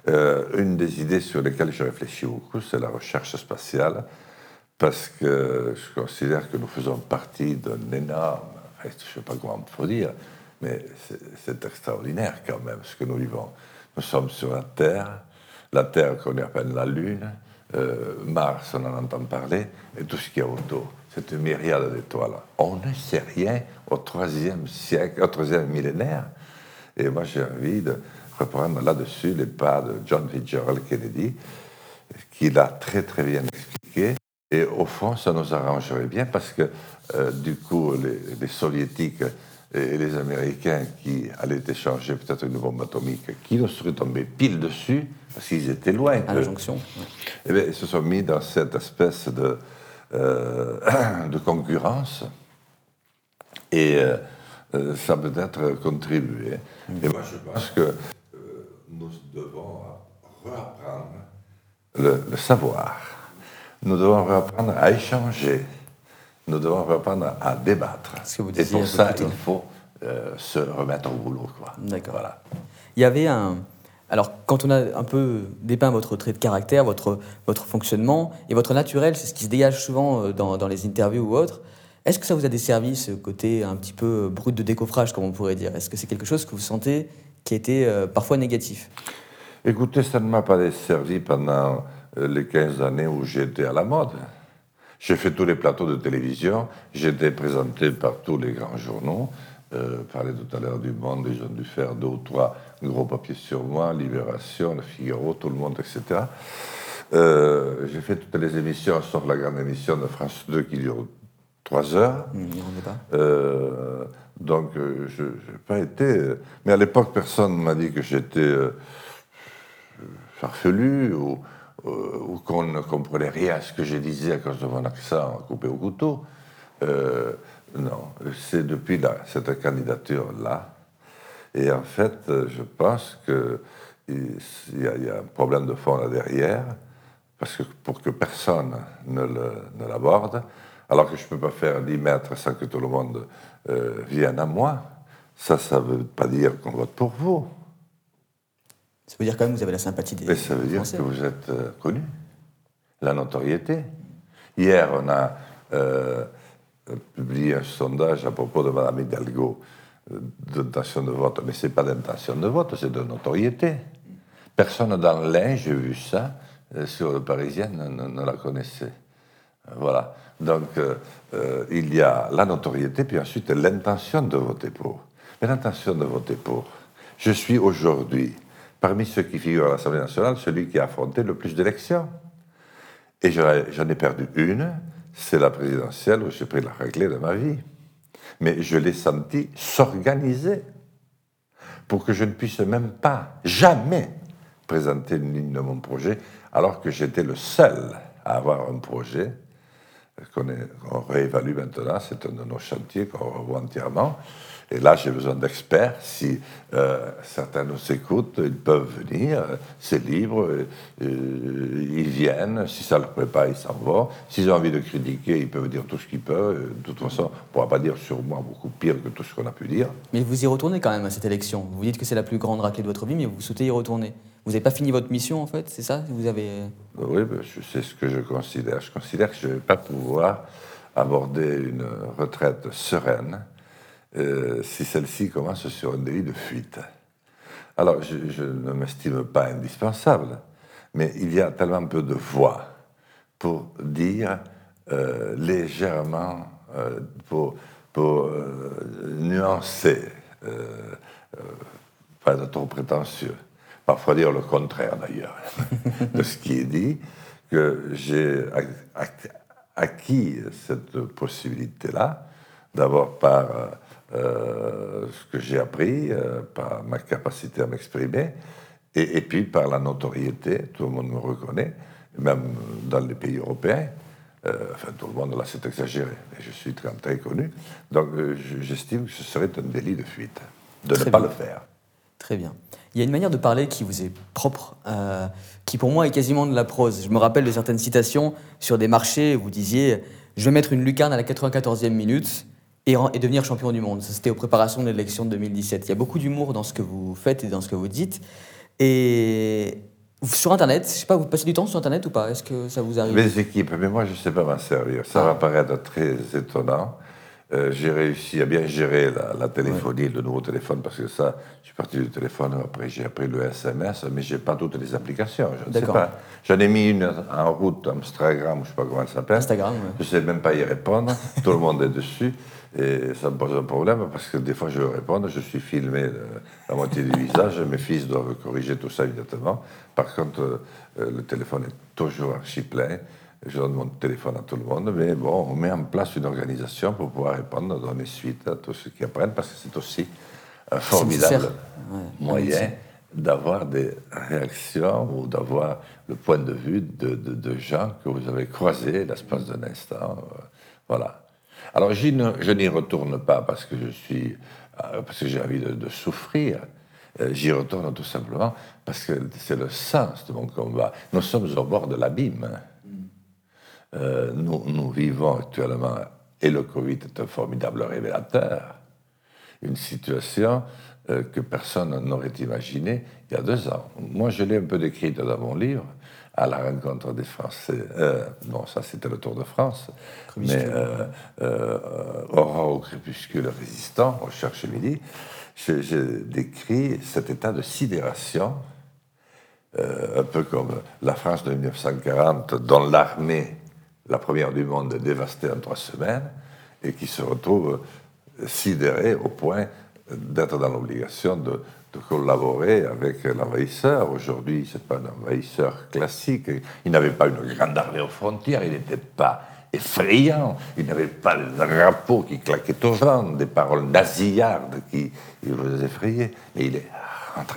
Euh, une des idées sur lesquelles je réfléchis beaucoup, c'est la recherche spatiale, parce que je considère que nous faisons partie d'un énorme, je ne sais pas comment il faut dire, mais c'est extraordinaire quand même ce que nous vivons. Nous sommes sur la Terre, la Terre connaît à peine la Lune, euh, Mars, on en entend parler, et tout ce qu'il y a autour. C'est une myriade d'étoiles. On ne sait rien au troisième siècle, au troisième millénaire. Et moi, j'ai envie de reprendre là-dessus les pas de John Fitzgerald Kennedy, qui l'a très très bien expliqué. Et au fond, ça nous arrangerait bien parce que, euh, du coup, les, les Soviétiques et les Américains qui allaient échanger peut-être une bombe atomique, qui nous seraient tombés pile dessus, parce qu'ils étaient loin.
À la jonction. Ouais.
Eh bien, ils se sont mis dans cette espèce de, euh, de concurrence. Et euh, ça peut être contribué. Mmh. Et moi, je pense que euh, nous devons reapprendre le, le savoir. Nous devons reapprendre à échanger. Nous devons reapprendre à débattre.
Ce que vous
Et pour ça, il
tôt.
faut euh, se remettre au boulot, quoi.
D'accord.
Voilà.
Il y avait un... Alors, quand on a un peu dépeint votre trait de caractère, votre, votre fonctionnement et votre naturel, c'est ce qui se dégage souvent dans, dans les interviews ou autres, est-ce que ça vous a desservi, ce côté un petit peu brut de décoffrage, comme on pourrait dire? Est-ce que c'est quelque chose que vous sentez qui a été euh, parfois négatif?
Écoutez, ça ne m'a pas desservi pendant les quinze années où j'étais à la mode. J'ai fait tous les plateaux de télévision, j'ai été présenté par tous les grands journaux. Euh, parlais tout à l'heure du Monde, ils ont dû faire deux ou trois gros papiers sur moi, Libération, Le Figaro, tout le monde, et cetera. Euh, j'ai fait toutes les émissions, sauf la grande émission de France deux qui dure trois heures.
Mmh, pas.
Euh, donc, euh, je n'ai pas été... Mais à l'époque, personne ne m'a dit que j'étais euh, farfelu ou, euh, ou qu'on ne comprenait rien à ce que je disais à cause de mon accent coupé au couteau. Euh, non, c'est depuis là, cette candidature-là. Et en fait, je pense qu'il y, y a un problème de fond là derrière, parce que pour que personne ne, le, ne l'aborde, alors que je ne peux pas faire dix mètres sans que tout le monde euh, vienne à moi, ça, ça ne veut pas dire qu'on vote pour vous.
Ça veut dire quand même que vous avez la sympathie des
Mais ça veut dire
Français.
que vous êtes euh, connu, la notoriété. Hier, on a euh, publié un sondage à propos de Mme Hidalgo, euh, d'intention de vote, mais ce n'est pas d'intention de vote, c'est de notoriété. Personne dans l'Ain, j'ai vu ça, euh, sur le Parisien, ne, ne, ne la connaissait. Voilà. Donc, euh, euh, il y a la notoriété, puis ensuite l'intention de voter pour. Mais l'intention de voter pour, je suis aujourd'hui, parmi ceux qui figurent à l'Assemblée nationale, celui qui a affronté le plus d'élections. Et j'en ai perdu une, c'est la présidentielle où j'ai pris la raclée de ma vie. Mais je l'ai senti s'organiser pour que je ne puisse même pas, jamais, présenter une ligne de mon projet, alors que j'étais le seul à avoir un projet qu'on qu'on réévalue maintenant. C'est un de nos chantiers qu'on revoit entièrement. Et là, j'ai besoin d'experts. Si euh, certains nous écoutent, ils peuvent venir. C'est libre. Euh, ils viennent. Si ça ne leur plaît pas, ils s'en vont. S'ils ont envie de critiquer, ils peuvent dire tout ce qu'ils peuvent. De toute façon, on ne pourra pas dire sur moi beaucoup pire que tout ce qu'on a pu dire.
Mais vous y retournez quand même à cette élection. Vous dites que c'est la plus grande raclée de votre vie, mais vous souhaitez y retourner. Vous n'avez pas fini votre mission, en fait, c'est ça? Vous avez...
Oui, c'est ce que je considère. Je considère que je ne vais pas pouvoir aborder une retraite sereine Euh, si celle-ci commence sur un délit de fuite. Alors, je, je ne m'estime pas indispensable, mais il y a tellement peu de voix pour dire euh, légèrement, euh, pour, pour euh, nuancer, euh, euh, pas être trop prétentieux, parfois dire le contraire d'ailleurs de ce qui est dit, que j'ai acquis cette possibilité-là, d'abord par Euh, ce que j'ai appris, euh, par ma capacité à m'exprimer, et, et puis par la notoriété, tout le monde me reconnaît, même dans les pays européens, euh, enfin tout le monde là c'est exagéré, mais je suis très, très connu, donc euh, j'estime que ce serait un délit de fuite, de très ne pas bien. le faire.
Très bien. Il y a une manière de parler qui vous est propre, euh, qui pour moi est quasiment de la prose. Je me rappelle de certaines citations sur des marchés où vous disiez « je vais mettre une lucarne à la quatre-vingt-quatorzième minute », Et, et devenir champion du monde. Ça, c'était aux préparations de l'élection de deux mille dix-sept. Il y a beaucoup d'humour dans ce que vous faites et dans ce que vous dites. Et Sur Internet, je sais pas, vous passez du temps sur Internet ou pas? Est-ce que ça vous arrive?
Les équipes, mais moi je ne sais pas m'en servir. Ça
Ah.
va paraître très étonnant. Euh, j'ai réussi à bien gérer la, la téléphonie, ouais. Le nouveau téléphone, parce que ça, je suis parti du téléphone, après j'ai appris le S M S, mais je n'ai pas toutes les applications, je ne sais pas. J'en ai mis une en route, Instagram, je ne sais pas comment elle s'appelle.
Instagram, ouais.
Je ne sais même pas y répondre, tout le monde est dessus, et ça me pose un problème, parce que des fois je veux répondre, je suis filmé de la moitié du visage, mes fils doivent corriger tout ça immédiatement. Par contre, euh, le téléphone est toujours archi plein. Je donne mon téléphone à tout le monde, mais bon, on met en place une organisation pour pouvoir répondre, donner suite à tous ceux qui apprennent, parce que c'est aussi un formidable
ouais,
moyen d'avoir des réactions ou d'avoir le point de vue de, de, de gens que vous avez croisés l'espace d'un instant. Euh, voilà. Alors, je n'y retourne pas parce que je suis, euh, parce que j'ai envie de, de souffrir. Euh, j'y retourne tout simplement parce que c'est le sens de mon combat. Nous sommes au bord de l'abîme. Euh, nous, nous vivons actuellement, et le Covid est un formidable révélateur, une situation euh, que personne n'aurait imaginée il y a deux ans. Moi, je l'ai un peu décrite dans mon livre, à la rencontre des Français. Euh, non, ça, c'était le Tour de France. Mais euh, euh, Aurore au crépuscule résistant, au cherche midi, j'ai décrit cet état de sidération, euh, un peu comme la France de mille neuf cent quarante, dont l'armée, la première du monde, dévastée en trois semaines, et qui se retrouve sidérée au point d'être dans l'obligation de, de collaborer avec l'envahisseur. Aujourd'hui, ce n'est pas un envahisseur classique. Il n'avait pas une grande armée aux frontières, il n'était pas effrayant, il n'avait pas des drapeaux qui claquaient au vent, des paroles nasillardes qui vous effrayaient, mais il est rentré.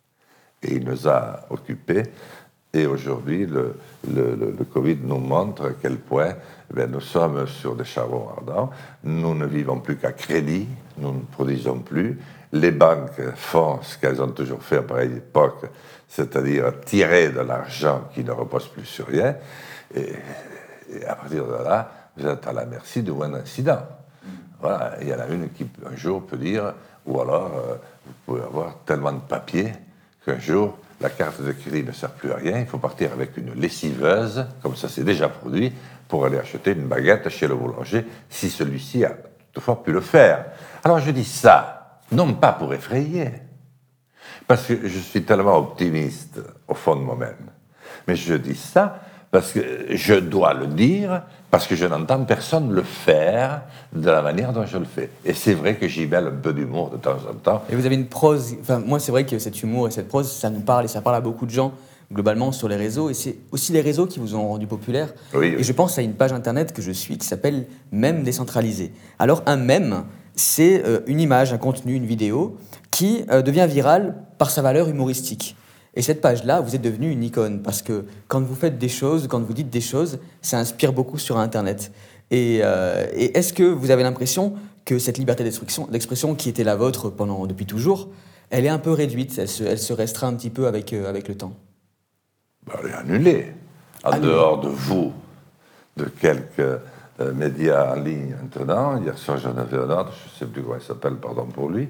Et il nous a occupés. Et aujourd'hui, le, le, le, le Covid nous montre à quel point eh bien, nous sommes sur des charbons ardents. Nous ne vivons plus qu'à crédit, nous ne produisons plus. Les banques font ce qu'elles ont toujours fait à pareille époque, c'est-à-dire tirer de l'argent qui ne repose plus sur rien. Et, et à partir de là, vous êtes à la merci de un incident. Voilà, il y en a une qui, un jour, peut dire, ou alors, euh, vous pouvez avoir tellement de papier qu'un jour, la carte de crédit ne sert plus à rien, il faut partir avec une lessiveuse, comme ça c'est déjà produit, pour aller acheter une baguette chez le boulanger, si celui-ci a toutefois pu le faire. Alors je dis ça, non pas pour effrayer, parce que je suis tellement optimiste au fond de moi-même, mais je dis ça parce que je dois le dire, parce que je n'entends personne le faire de la manière dont je le fais. Et c'est vrai que j'y mêle un peu d'humour de temps en temps.
Et vous avez une prose, enfin moi c'est vrai que cet humour et cette prose, ça nous parle et ça parle à beaucoup de gens, globalement sur les réseaux, et c'est aussi les réseaux qui vous ont rendu populaire.
Oui,
et
oui.
je pense à une page internet que je suis qui s'appelle Mème décentralisé. Alors un mème, c'est euh, une image, un contenu, une vidéo qui euh, devient virale par sa valeur humoristique. Et cette page-là, vous êtes devenu une icône, parce que quand vous faites des choses, quand vous dites des choses, ça inspire beaucoup sur Internet. Et, euh, et est-ce que vous avez l'impression que cette liberté d'expression qui était la vôtre pendant, depuis toujours, elle est un peu réduite, elle se, elle se restreint un petit peu avec, euh, avec le temps?
Ben, elle est annulée. En annulée. Dehors de vous, de quelques euh, médias en ligne maintenant, hier soir j'en avais un autre, je ne sais plus comment il s'appelle, pardon pour lui,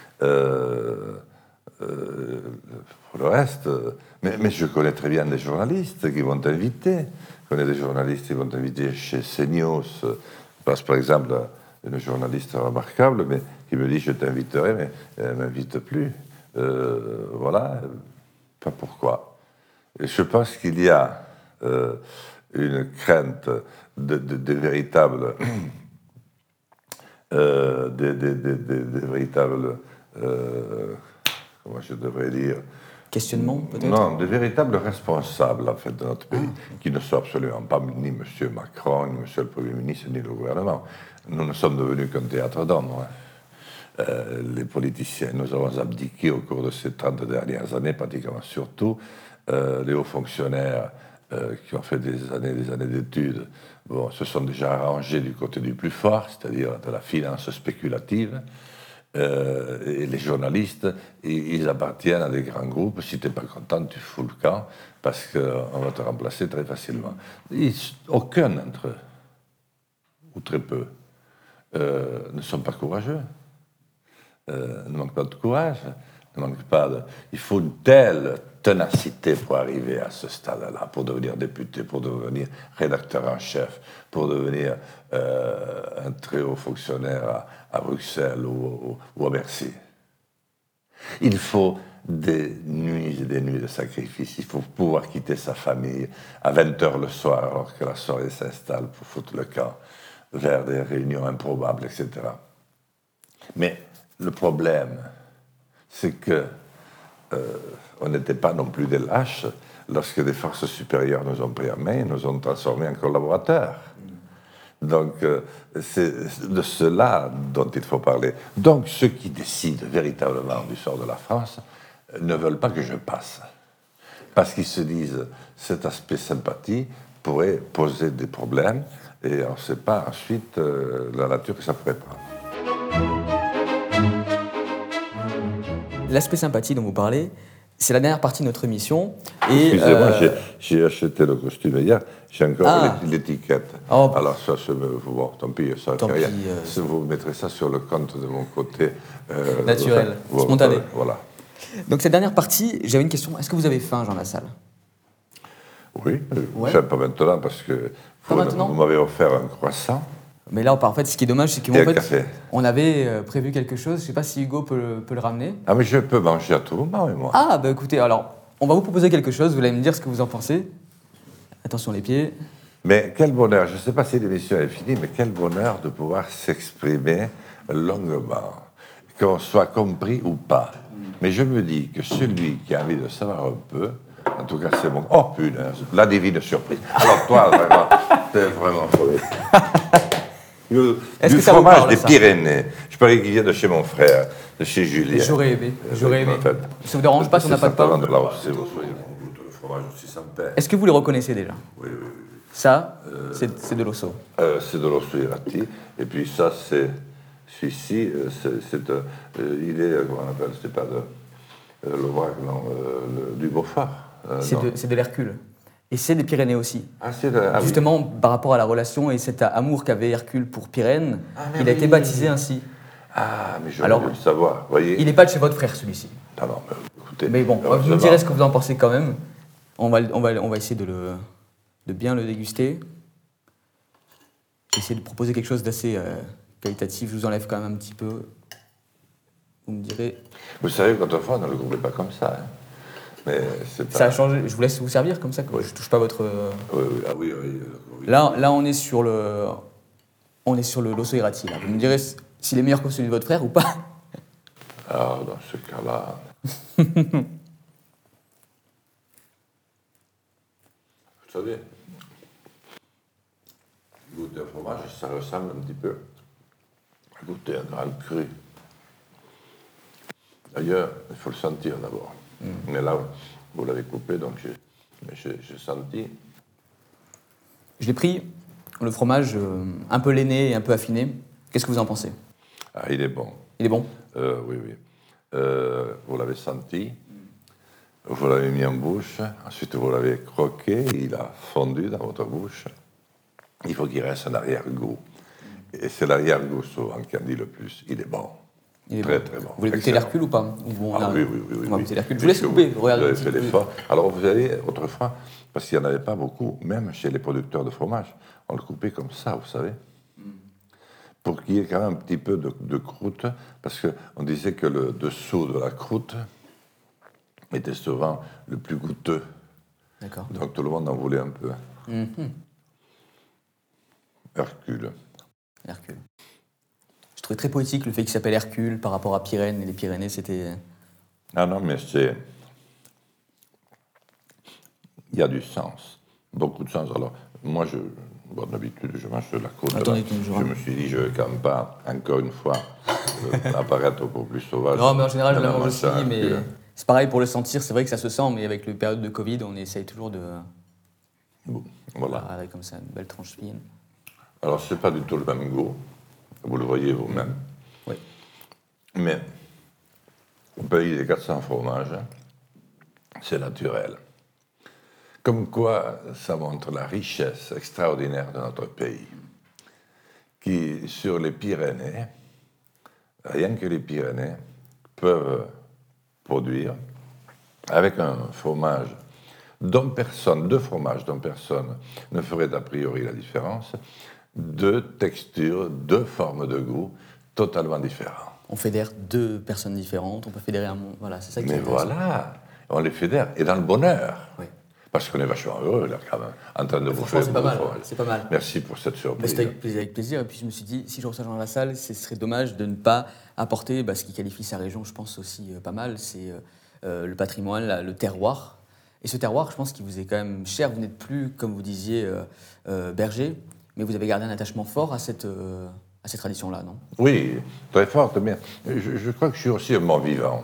euh, Euh, pour le reste, euh, mais, mais je connais très bien des journalistes qui vont t'inviter. Je connais des journalistes qui vont t'inviter chez CNews. Je pense par exemple à une journaliste remarquable, mais qui me dit je t'inviterai, mais elle ne m'invite plus. Euh, voilà, pas pourquoi. Et je pense qu'il y a euh, une crainte de, de, de véritables, euh, des, des, des, des, des véritables euh, comment je devrais dire...
Questionnement, peut-être?
Non, de véritables responsables, en fait, de notre pays, ah. qui ne sont absolument pas ni M. Macron, ni M. le Premier ministre, ni le gouvernement. Nous ne sommes devenus qu'un théâtre d'hommes. Hein. Euh, les politiciens, nous avons abdiqué au cours de ces trente dernières années, pratiquement surtout, euh, les hauts fonctionnaires euh, qui ont fait des années des années d'études, bon, se sont déjà arrangés du côté du plus fort, c'est-à-dire de la finance spéculative. Euh, et les journalistes, ils appartiennent à des grands groupes. Si tu n'es pas content, tu fous le camp parce qu'on va te remplacer très facilement. Ils, aucun d'entre eux, ou très peu, euh, ne sont pas courageux, euh, ne manquent pas de courage, ne manquent pas de... Il faut une telle, ténacité pour arriver à ce stade-là, pour devenir député, pour devenir rédacteur en chef, pour devenir euh, un très haut fonctionnaire à, à Bruxelles ou, ou, ou à Bercy. Il faut des nuits et des nuits de sacrifice. Il faut pouvoir quitter sa famille à vingt heures le soir, alors que la soirée s'installe pour foutre le camp, vers des réunions improbables, et cetera. Mais le problème, c'est que euh, on n'était pas non plus des lâches lorsque des forces supérieures nous ont pris en main et nous ont transformés en collaborateurs. Donc, euh, c'est de cela dont il faut parler. Donc, ceux qui décident véritablement du sort de la France euh, ne veulent pas que je passe. Parce qu'ils se disent, cet aspect sympathie pourrait poser des problèmes et on ne sait pas ensuite euh, la nature que ça pourrait prendre.
L'aspect sympathie dont vous parlez, c'est la dernière partie de notre émission. Et,
excusez-moi,
euh...
j'ai, j'ai acheté le costume hier, j'ai encore
ah.
l'étiquette.
Oh.
Alors ça, je me... bon, tant pis, ça
tant
fait rien.
Pis, euh...
Si vous mettrez ça sur le compte de mon côté... Euh,
naturel,
enfin,
spontané.
Euh, voilà.
Donc cette dernière partie, j'avais une question. Est-ce que vous avez faim, Jean Lassalle?
Oui,
ouais.
Enfin, pas maintenant, parce que
pas
vous,
maintenant
vous m'avez offert un croissant.
Mais là, en fait, ce qui est dommage, c'est
Et
qu'en fait,
café.
on avait euh, prévu quelque chose. Je ne sais pas si Hugo peut le, peut le ramener.
Ah, mais je peux manger à tout moment, et moi.
Ah, bah écoutez, alors, on va vous proposer quelque chose. Vous allez me dire ce que vous en pensez. Attention les pieds.
Mais quel bonheur, je ne sais pas si l'émission est finie, mais quel bonheur de pouvoir s'exprimer longuement, qu'on soit compris ou pas. Mais je me dis que celui qui a envie de savoir un peu, en tout cas c'est mon... Oh punaise, la divine surprise. Alors toi, vraiment, t'es vraiment folle. Du,
Est-ce
du
que ça
fromage
vous parle,
des
ça
Pyrénées. Je parie qu'il vient de chez mon frère, de chez Julien.
J'aurais aimé, j'aurais aimé.
En fait,
ça vous dérange pas si on n'a pas de pain?
De là, c'est vous soyez le fromage aussi sans pain.
Est-ce que vous les reconnaissez déjà?
Oui, oui, oui.
Ça, euh, c'est de l'osso.
Euh, c'est de l'osso irati. Et puis ça, c'est celui-ci, c'est, c'est, euh, il est, comment on appelle, c'est pas de euh, l'Aubrac, non, euh, le, du Beaufort. Euh,
c'est, de, c'est de l'Hercule. Et c'est des Pyrénées aussi.
Ah, c'est de, ah,
justement,
oui.
par rapport à la relation et cet amour qu'avait Hercule pour Pyrène,
ah,
il
oui.
a été baptisé ainsi.
Ah, mais je veux le savoir, voyez.
Il n'est pas de chez votre frère, celui-ci.
Ah non, mais écoutez.
Mais bon, vous me direz ce que vous en pensez quand même. On va, on va, on va essayer de, le, de bien le déguster. Essayer de proposer quelque chose d'assez euh, qualitatif. Je vous enlève quand même un petit peu. Vous me direz.
Vous savez, qu'autrefois, on ne le coupait pas comme ça. Hein. Mais c'est pas...
Ça a changé. Je vous laisse vous servir comme ça, que oui. je ne touche pas votre.
Oui, oui, ah oui, oui, oui.
Là, là, on est sur le. On est sur le l'osso irati. Là. Vous me direz s'il est meilleur que celui de votre frère ou pas.
Ah, dans ce cas-là. Vous savez, goûter un fromage, ça ressemble un petit peu à goûter un grand cru. D'ailleurs, il faut le sentir d'abord. Mm. Mais là, vous l'avez coupé, donc j'ai, j'ai, j'ai senti.
Je l'ai pris, le fromage euh, un peu lainé et un peu affiné. Qu'est-ce que vous en pensez?
Ah, il est bon.
Il est bon?
euh, Oui, oui. Euh, vous l'avez senti, vous l'avez mis en bouche, ensuite vous l'avez croqué, il a fondu dans votre bouche. Il faut qu'il reste un arrière-goût. Et c'est l'arrière-goût souvent qui en dit le plus. Il est bon.
Il est
très,
bon.
très bon.
Vous voulez goûter l'Hercule ou pas? ou bon,
ah, oui, oui, oui. oui,
on va
oui.
goûter l'Hercule. Je vous laisse couper.
Vous, vous avez fait l'effort. Alors, vous savez, autrefois, parce qu'il n'y en avait pas beaucoup, même chez les producteurs de fromage, on le coupait comme ça, vous savez, mm. pour qu'il y ait quand même un petit peu de, de croûte, parce qu'on disait que le dessous de la croûte était souvent le plus goûteux.
D'accord.
Donc, tout le monde en voulait un peu.
Mm-hmm.
Hercule.
Hercule. Je trouvais très poétique le fait qu'il s'appelle Hercule par rapport à Pyrène, et les Pyrénées, c'était...
Ah non, mais c'est... Il y a du sens, beaucoup de sens. Alors, moi, je, bon, d'habitude, je mange de la côte.
Attendez,
je je me suis dit, je ne vais quand même pas, encore une fois, euh, apparaître beaucoup plus sauvage.
Non, mais en général, je la mange aussi,
Hercule.
mais c'est pareil pour le sentir. C'est vrai que ça se sent, mais avec la période de Covid, on essaye toujours de...
Bon, voilà.
Avec comme ça, une belle tranche fine.
Alors, ce n'est pas du tout le même goût. Vous le voyez vous-même.
Oui.
Mais au pays des quatre cents fromages, c'est naturel. Comme quoi, ça montre la richesse extraordinaire de notre pays, qui, sur les Pyrénées, rien que les Pyrénées, peuvent produire avec un fromage dont personne, deux fromages dont personne ne ferait a priori la différence, deux textures, deux formes de goût totalement différentes.
On fédère deux personnes différentes, on peut fédérer un monde. Voilà, c'est ça qui
Mais
est intéressant.
voilà, on les fédère, et dans le bonheur.
Oui.
Parce qu'on est vachement heureux, là, quand même, en train de vous
Franchement,
faire
c'est pas mal.
fromage.
C'est pas mal.
Merci pour cette
Mais
surprise.
c'était avec plaisir, avec plaisir. Et puis je me suis dit, si je reçois dans la salle, ce serait dommage de ne pas apporter bah, ce qui qualifie sa région, je pense aussi euh, pas mal, c'est euh, euh, le patrimoine, la- le terroir. Et ce terroir, je pense qu'il vous est quand même cher. Vous n'êtes plus, comme vous disiez, euh, euh, berger, mais vous avez gardé un attachement fort à cette, euh, à ces traditions-là, non?
Oui, très forte, mais je, je crois que je suis aussi un mort vivant.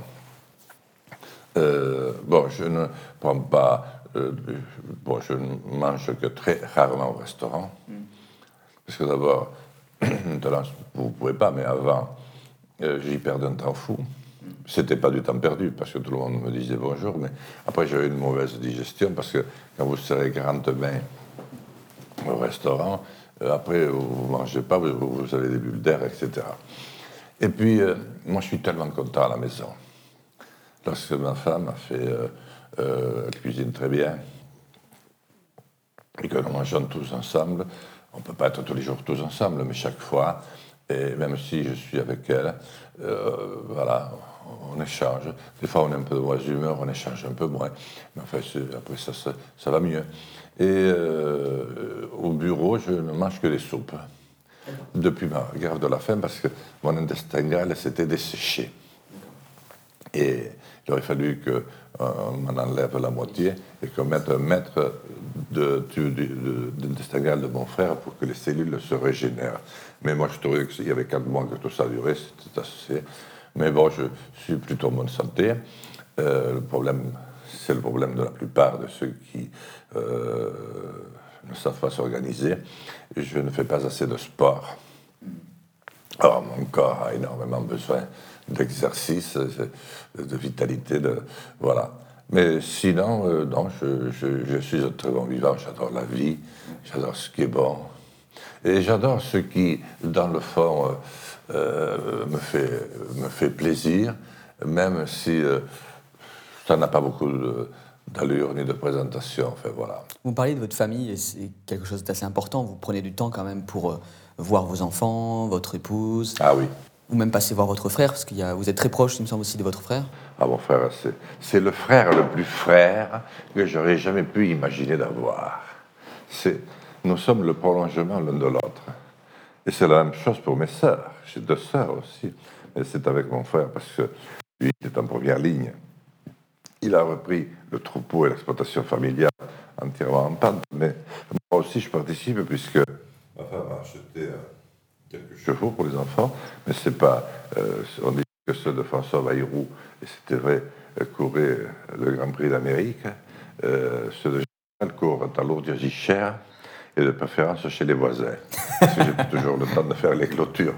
Euh, bon, je ne prends pas... euh, bon, je ne mange que très rarement au restaurant. Parce que d'abord, maintenant, vous ne pouvez pas, mais avant, euh, j'y perdais un temps fou. C'était pas du temps perdu, parce que tout le monde me disait bonjour, mais après, j'avais une mauvaise digestion, parce que quand vous serez quarante mains au restaurant, euh, après, vous ne mangez pas, vous, vous avez des bulles d'air, et cetera. Et puis, euh, moi, je suis tellement content à la maison. Lorsque ma femme a fait, euh, euh, elle cuisine très bien, et que nous mangeons tous ensemble, on ne peut pas être tous les jours tous ensemble, mais chaque fois, et même si je suis avec elle, euh, voilà, on échange. Des fois, on est un peu de mauvaise humeur, on échange un peu moins, mais enfin, après ça, ça, ça va mieux. Et euh, au bureau, je ne mange que des soupes, depuis ma grève de la faim, parce que mon intestin grêle s'était desséché. Et il aurait fallu qu'on euh, m'en enlève la moitié et qu'on mette un mètre de tube d'intestin grêle de mon frère pour que les cellules se régénèrent. Mais moi, je trouvais qu'il y avait quatre mois que tout ça durait, c'était assez. Mais bon, je suis plutôt en bonne santé. Euh, le problème, c'est le problème de la plupart de ceux qui euh, ne savent pas s'organiser. Je ne fais pas assez de sport. Alors, mon corps a énormément besoin d'exercice, de vitalité, de, voilà. Mais sinon, euh, non, je, je, je suis un très bon vivant, j'adore la vie, j'adore ce qui est bon. Et j'adore ce qui, dans le fond, euh, euh, me, fait, me fait plaisir, même si euh, ça n'a pas beaucoup de, d'allure ni de présentation, enfin voilà.
Vous parliez de votre famille, et c'est quelque chose d'assez important. Vous prenez du temps quand même pour euh, voir vos enfants, votre épouse.
Ah oui.
Ou même passer voir votre frère, parce que vous êtes très proche, il me semble aussi, de votre frère.
Ah, mon frère, c'est, c'est le frère le plus frère que j'aurais jamais pu imaginer d'avoir. C'est, nous sommes le prolongement l'un de l'autre. Et c'est la même chose pour mes sœurs. J'ai deux sœurs aussi. Mais c'est avec mon frère, parce que lui, il est en première ligne. Il a repris le troupeau et l'exploitation familiale entièrement en pente. Mais moi aussi, je participe, puisque ma femme a acheté quelques chevaux pour les enfants, mais c'est pas... Euh, on dit que ceux de François Bayrou, et c'était vrai, couraient le Grand Prix d'Amérique. Euh, ceux de Général courent à Lourdes-Gichères, et de préférence chez les voisins, parce que j'ai pas toujours le temps de faire les clôtures.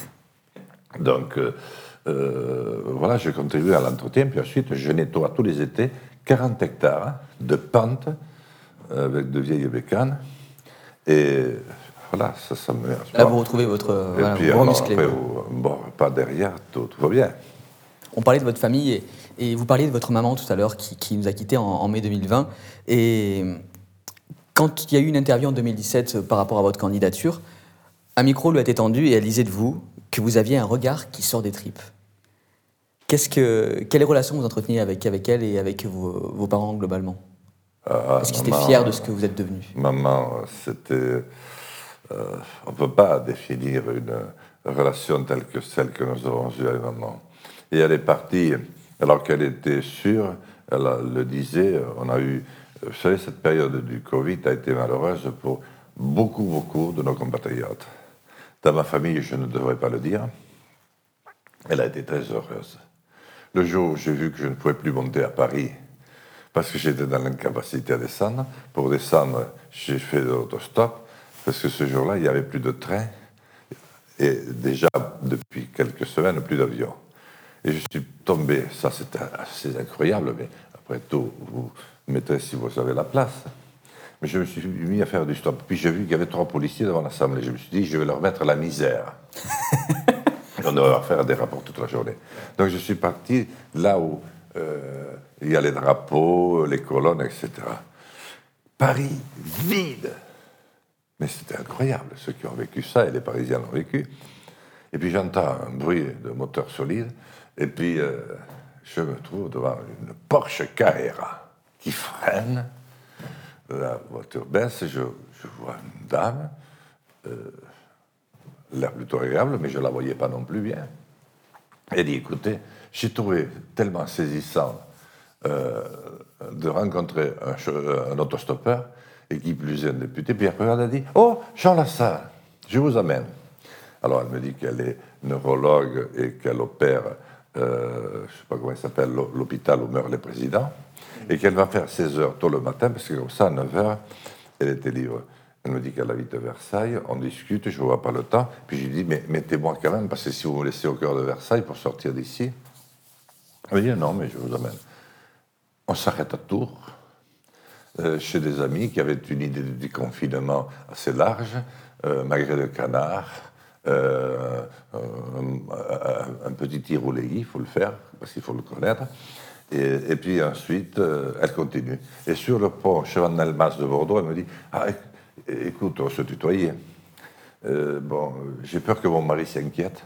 Donc, euh, euh, voilà, je contribue à l'entretien, puis ensuite, je nettoie tous les étés quarante hectares de pentes avec de vieilles bécanes, et voilà, ça, ça me...
Là, vous retrouvez votre euh,
et
voilà,
puis,
gros
alors,
musclé.
après, au, bon, pas derrière, tout, tout va bien.
On parlait de votre famille, et, et vous parliez de votre maman tout à l'heure, qui, qui nous a quittés en, en mai deux mille vingt, et... Quand il y a eu une interview en deux mille dix-sept par rapport à votre candidature, un micro lui a été tendu et elle disait de vous que vous aviez un regard qui sort des tripes. Qu'est-ce que, quelle relation vous entreteniez avec, avec elle et avec vos, vos parents globalement?
Ah,
Est-ce qu'ils étaient
maman,
fiers de ce que vous êtes devenu?
Maman, c'était... Euh, on ne peut pas définir une relation telle que celle que nous avons eue avec maman. Et elle est partie, alors qu'elle était sûre, elle le disait, on a eu... Vous savez, cette période du Covid a été malheureuse pour beaucoup, beaucoup de nos compatriotes. Dans ma famille, je ne devrais pas le dire, elle a été très heureuse. Le jour où j'ai vu que je ne pouvais plus monter à Paris, parce que j'étais dans l'incapacité à descendre, pour descendre, j'ai fait de l'autostop, parce que ce jour-là, il n'y avait plus de train, et déjà, depuis quelques semaines, plus d'avion. Et je suis tombé, ça c'était assez incroyable, mais après tout, vous mettrez si vous avez la place. Mais je me suis mis à faire du stop. Puis j'ai vu qu'il y avait trois policiers devant l'Assemblée. Je me suis dit, je vais leur mettre la misère. On devrait leur faire des rapports toute la journée. Donc je suis parti là où euh, il y a les drapeaux, les colonnes, et cetera. Paris vide. Mais c'était incroyable, ceux qui ont vécu ça, et les Parisiens l'ont vécu. Et puis j'entends un bruit de moteur solide, et puis euh, je me trouve devant une Porsche Carrera qui freine. La voiture baisse, je, je vois une dame, euh, l'air plutôt agréable, mais je ne la voyais pas non plus bien. Elle dit, écoutez, j'ai trouvé tellement saisissant euh, de rencontrer un, un autostoppeur, et qui plus est un député, puis après elle a dit, oh, Jean Lassalle, je vous amène. Alors elle me dit qu'elle est neurologue et qu'elle opère, euh, je ne sais pas comment il s'appelle, l'hôpital où meurent les présidents, et qu'elle va faire seize heures tôt le matin, parce que comme ça, à neuf heures, elle était libre. Elle me dit qu'elle habite à Versailles, on discute, je ne vois pas le temps, puis je lui dis, mais mettez-moi quand même, parce que si vous me laissez au cœur de Versailles pour sortir d'ici, elle me dit, non, mais je vous amène. On s'arrête à Tours, euh, chez des amis qui avaient une idée de déconfinement assez large, euh, magret de canard, euh, un, un, un petit tiroulet, il faut le faire, parce qu'il faut le connaître. Et, et puis ensuite, euh, elle continue. Et sur le pont Chevanel-Mas de Bordeaux, elle me dit, ah, écoute, on se tutoyait. Euh, bon, j'ai peur que mon mari s'inquiète.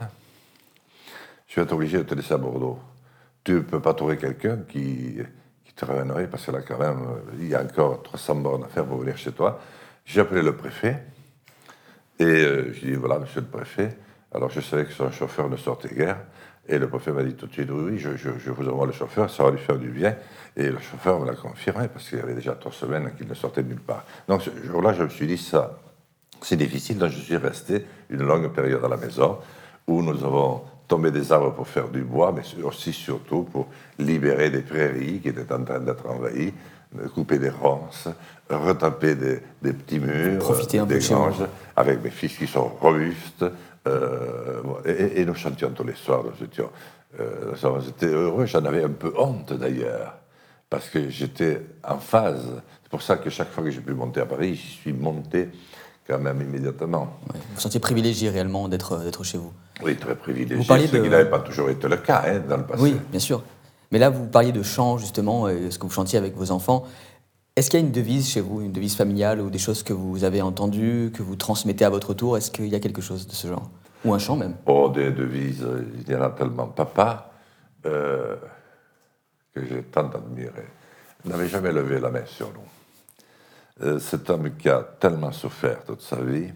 Je vais être obligé de te laisser à Bordeaux. Tu ne peux pas trouver quelqu'un qui, qui te ramènerait, parce que là, quand même, il y a encore trois cents bornes à faire pour venir chez toi. J'ai appelé le préfet, et euh, je lui ai dit, voilà, monsieur le préfet. Alors, je savais que son chauffeur ne sortait guère. Et le préfet m'a dit tout de suite, oui, oui, je, je, je vous envoie le chauffeur, ça va lui faire du bien. Et le chauffeur me l'a confirmé, parce qu'il y avait déjà trois semaines qu'il ne sortait de nulle part. Donc, ce jour-là, je me suis dit, ça, c'est difficile. Donc, je suis resté une longue période à la maison, où nous avons tombé des arbres pour faire du bois, mais aussi, surtout, pour libérer des prairies qui étaient en train d'être envahies, couper des ronces, retaper des, des petits murs,
profiter un
des
peu
granges, avec mes fils qui sont robustes. Euh, et, et nous chantions tous les soirs, nous étions, euh, j'étais heureux, j'en avais un peu honte d'ailleurs, parce que j'étais en phase. C'est pour ça que chaque fois que j'ai pu monter à Paris, j'y suis monté quand même immédiatement.
Ouais. Vous vous sentiez privilégié réellement d'être, d'être chez vous?
Oui, très privilégié,
vous parliez
ce
de...
qui n'avait pas toujours été le cas hein, dans le passé.
Oui, bien sûr. Mais là, vous parliez de chant, justement, et ce que vous chantiez avec vos enfants. Est-ce qu'il y a une devise chez vous, une devise familiale, ou des choses que vous avez entendues, que vous transmettez à votre tour? Est-ce qu'il y a quelque chose de ce genre? Ou un chant même?
Oh, des devises, il y en a tellement. Papa, euh, que j'ai tant admiré, n'avait jamais levé la main sur nous. Euh, cet homme qui a tellement souffert toute sa vie,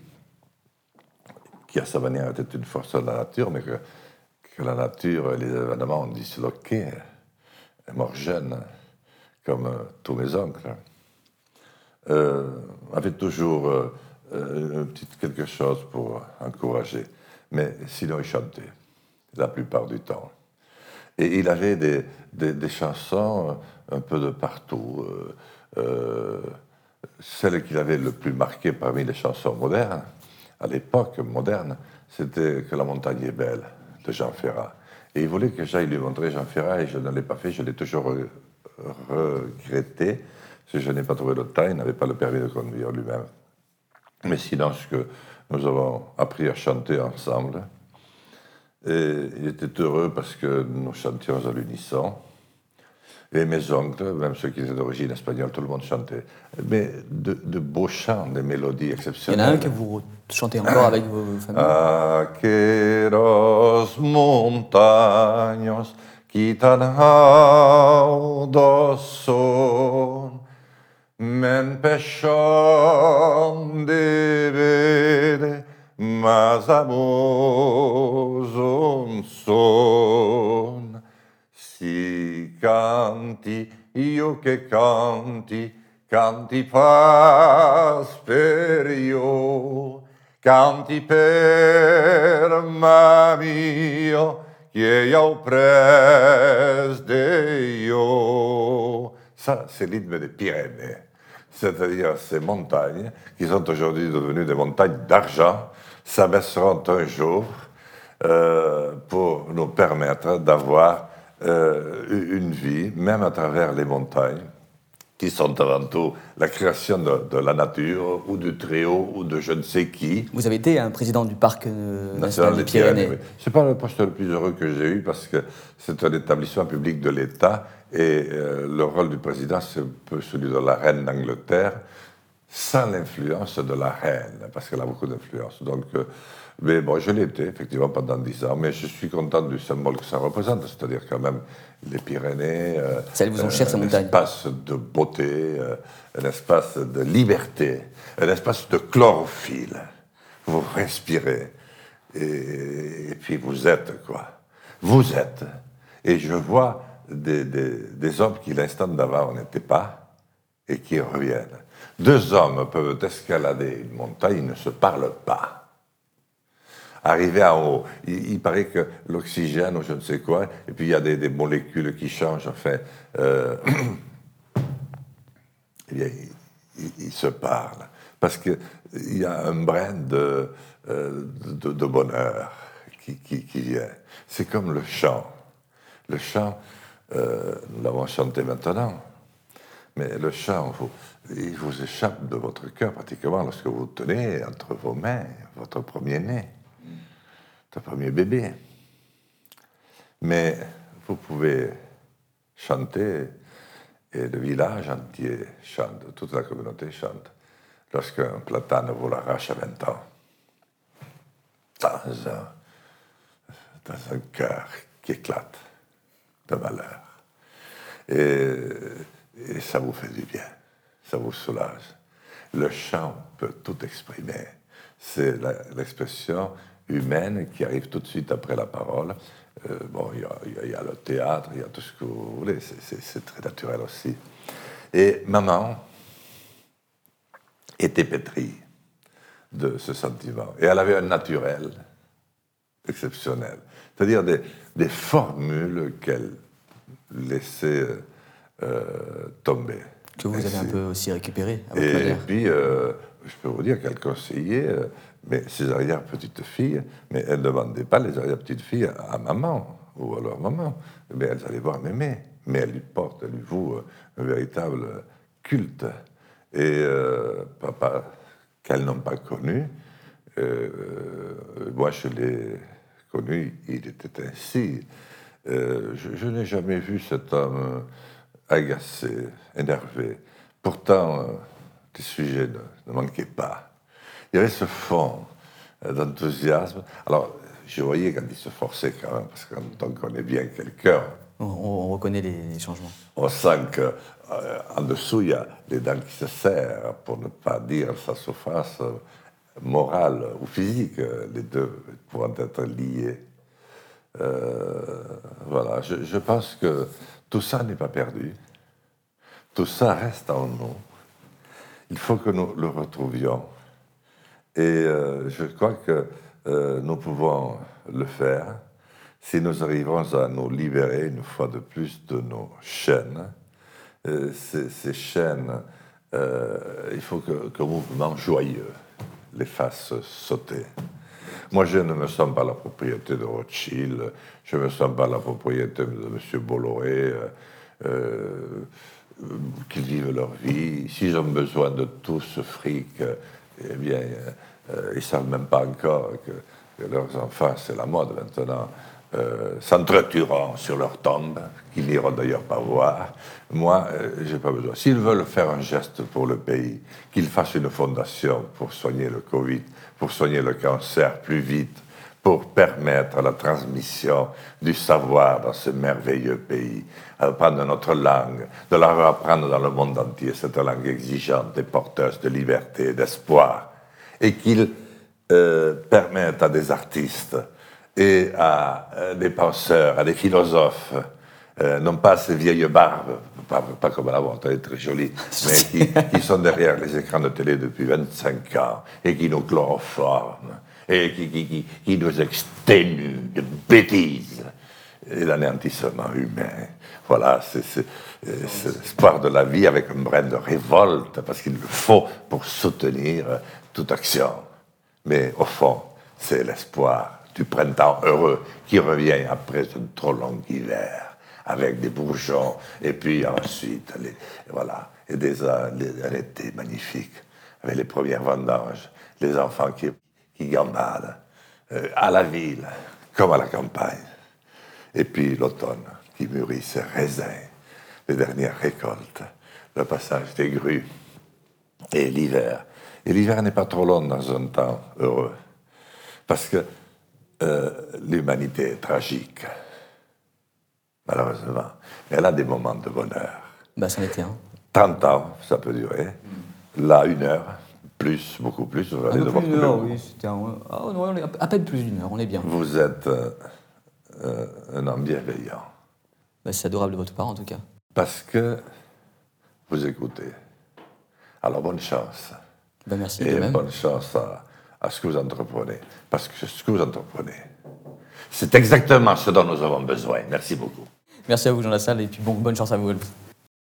qui à sa manière était une force de la nature, mais que, que la nature et les événements ont disloqué, est mort jeune, comme euh, tous mes oncles, euh, avait toujours euh, une petite quelque chose pour encourager. Mais sinon, il chantait, la plupart du temps. Et il avait des, des, des chansons un peu de partout. Euh, euh, celle qu'il avait le plus marquée parmi les chansons modernes, à l'époque moderne, c'était « Que la montagne est belle » de Jean Ferrat. Et il voulait que j'aille lui montrer Jean Ferrat, et je ne l'ai pas fait, je l'ai toujours regretté, parce que je n'ai pas trouvé le temps, il n'avait pas le permis de conduire lui-même. Mais sinon, ce que nous avons appris à chanter ensemble, et il était heureux parce que nous chantions à l'unisson. Et mes oncles, même ceux qui étaient d'origine espagnole, tout le monde chantait. Mais de, de beaux chants, des mélodies exceptionnelles.
Il y en a un que vous chantez encore avec vos familles?
Aqueros montaños qui tan altos son, men pechon de vere, mas amoson son. Si canti, io che canti, canti pas per io, canti per ma mio, che io pres de io. Ça, c'est l'hymne des Pyrénées, c'est-à-dire ces montagnes qui sont aujourd'hui devenues des montagnes d'argent, s'abaisseront un jour euh, pour nous permettre d'avoir euh, une vie, même à travers les montagnes, qui sont avant tout la création de, de la nature, ou du Tréau, ou de je ne sais qui.
Vous avez été un président du parc euh, national des Pyrénées.
Pyrénées, oui. Ce n'est pas le poste le plus heureux que j'ai eu, parce que c'est un établissement public de l'État, Et euh, le rôle du président, c'est un peu celui de la reine d'Angleterre, sans l'influence de la reine, parce qu'elle a beaucoup d'influence. Donc, euh, mais bon, je l'ai été, effectivement, pendant dix ans, mais je suis content du symbole que ça représente, c'est-à-dire quand même les Pyrénées, euh,
Ça vous en cher, ces
un
montagnes.
espace de beauté, euh, un espace de liberté, un espace de chlorophylle. Vous respirez, et, et puis vous êtes, quoi. Vous êtes. Et je vois des, des, des hommes qui, l'instant d'avant, n'étaient pas, et qui reviennent. Deux hommes peuvent escalader une montagne, ils ne se parlent pas. Arrivé en haut, il, il paraît que l'oxygène ou je ne sais quoi, et puis il y a des, des molécules qui changent, enfin, euh, eh bien, ils, ils se parlent. Parce qu'il y a un brin de, euh, de, de bonheur qui, qui, qui vient. C'est comme le chant. Le chant, euh, nous l'avons chanté maintenant, mais le chant, vous, il vous échappe de votre cœur pratiquement lorsque vous tenez entre vos mains votre premier-né, votre premier bébé. Mais vous pouvez chanter et le village entier chante, toute la communauté chante, lorsqu'un platane vous l'arrache à vingt ans, dans un, dans un cœur qui éclate de malheur. Et, et ça vous fait du bien, ça vous soulage. Le chant peut tout exprimer. C'est la, l'expression humaine qui arrive tout de suite après la parole. Euh, bon, il y, y, y a le théâtre, il y a tout ce que vous voulez, c'est, c'est, c'est très naturel aussi. Et maman était pétrie de ce sentiment. Et elle avait un naturel exceptionnel. C'est-à-dire des, des formules qu'elle laissait euh, tomber.
Que vous avez un peu aussi récupéré à votre
Et
manière.
puis, euh, je peux vous dire qu'elle conseillait, euh, mais ses arrière-petites-filles, mais elle ne demandait pas les arrière-petites-filles à, à maman ou à leur maman. Mais elles allaient voir mémé. Mais elle lui porte, elle lui voue un véritable culte. Et euh, papa, qu'elles n'ont pas connu, euh, moi je l'ai connu, il était ainsi. Euh, je, je n'ai jamais vu cet homme agacé, énervé. Pourtant, euh, les sujets ne, ne manquaient pas. Il y avait ce fond euh, d'enthousiasme. Alors, je voyais quand il se forçait quand même, parce que quand on connaît bien quelqu'un,
On, on reconnaît les, les changements.
on sent qu'en euh, dessous, il y a les dents qui se serrent, pour ne pas dire sa souffrance morale ou physique, les deux pouvant être liés. Euh, voilà, je, je pense que tout ça n'est pas perdu. Tout ça reste en nous. Il faut que nous le retrouvions. Et euh, je crois que euh, nous pouvons le faire si nous arrivons à nous libérer une fois de plus de nos chaînes. Euh, ces, ces chaînes, euh, il faut que, qu'un mouvement joyeux les fasse sauter. Moi, je ne me sens pas la propriété de Rothschild, je ne me sens pas la propriété de M. Bolloré, euh, euh, qu'ils vivent leur vie. S'ils ont besoin de tout ce fric, eh bien, euh, ils ne savent même pas encore que, que leurs enfants, c'est la mode maintenant, euh, s'entretueront sur leur tombe, qu'ils n'iront d'ailleurs pas voir. Moi, euh, je n'ai pas besoin. S'ils veulent faire un geste pour le pays, qu'ils fassent une fondation pour soigner le Covid, pour soigner le cancer plus vite, pour permettre la transmission du savoir dans ce merveilleux pays, apprendre notre langue, de la reprendre dans le monde entier, cette langue exigeante et porteuse de liberté et d'espoir, et qu'ils euh, permettent à des artistes et à euh, des penseurs, à des philosophes, euh, non pas ces vieilles barbes, pas, pas comme la vôtre, elle est très jolie, mais qui, qui sont derrière les écrans de télé depuis vingt-cinq ans et qui nous chloroforment et qui, qui, qui, qui nous exténuent de bêtises et d'anéantissement humain. Voilà, c'est, c'est, c'est l'espoir de la vie avec un brin de révolte, parce qu'il le faut pour soutenir toute action. Mais au fond, c'est l'espoir du printemps heureux qui revient après un trop long hiver, avec des bourgeons, et puis ensuite, les, voilà, et des, les, un été magnifique, avec les premières vendanges, les enfants qui, qui gambadent, euh, à la ville, comme à la campagne. Et puis l'automne, qui mûrit ses raisins, les dernières récoltes, le passage des grues et l'hiver. Et l'hiver n'est pas trop long dans un temps heureux, parce que euh, l'humanité est tragique, malheureusement. Mais elle a des moments de bonheur.
Bah, c'en était un.
trente ans, ça peut durer. Là, une heure, plus, beaucoup plus. Vous
Un
allez
peu
devoir
plus d'une
trouver
heure,
beaucoup.
oui. C'était un... ah, non, on est à peine plus d'une heure, on est bien.
Vous êtes euh, euh, un homme bienveillant,
Bah, c'est adorable de votre part, en tout cas.
parce que vous écoutez. Alors, bonne chance.
Bah, merci de
Et
même.
bonne chance à, à ce que vous entreprenez. Parce que ce que vous entreprenez, c'est exactement ce dont nous avons besoin. Merci beaucoup.
Merci à vous, Jean Lassalle, et puis bon, bonne chance à vous.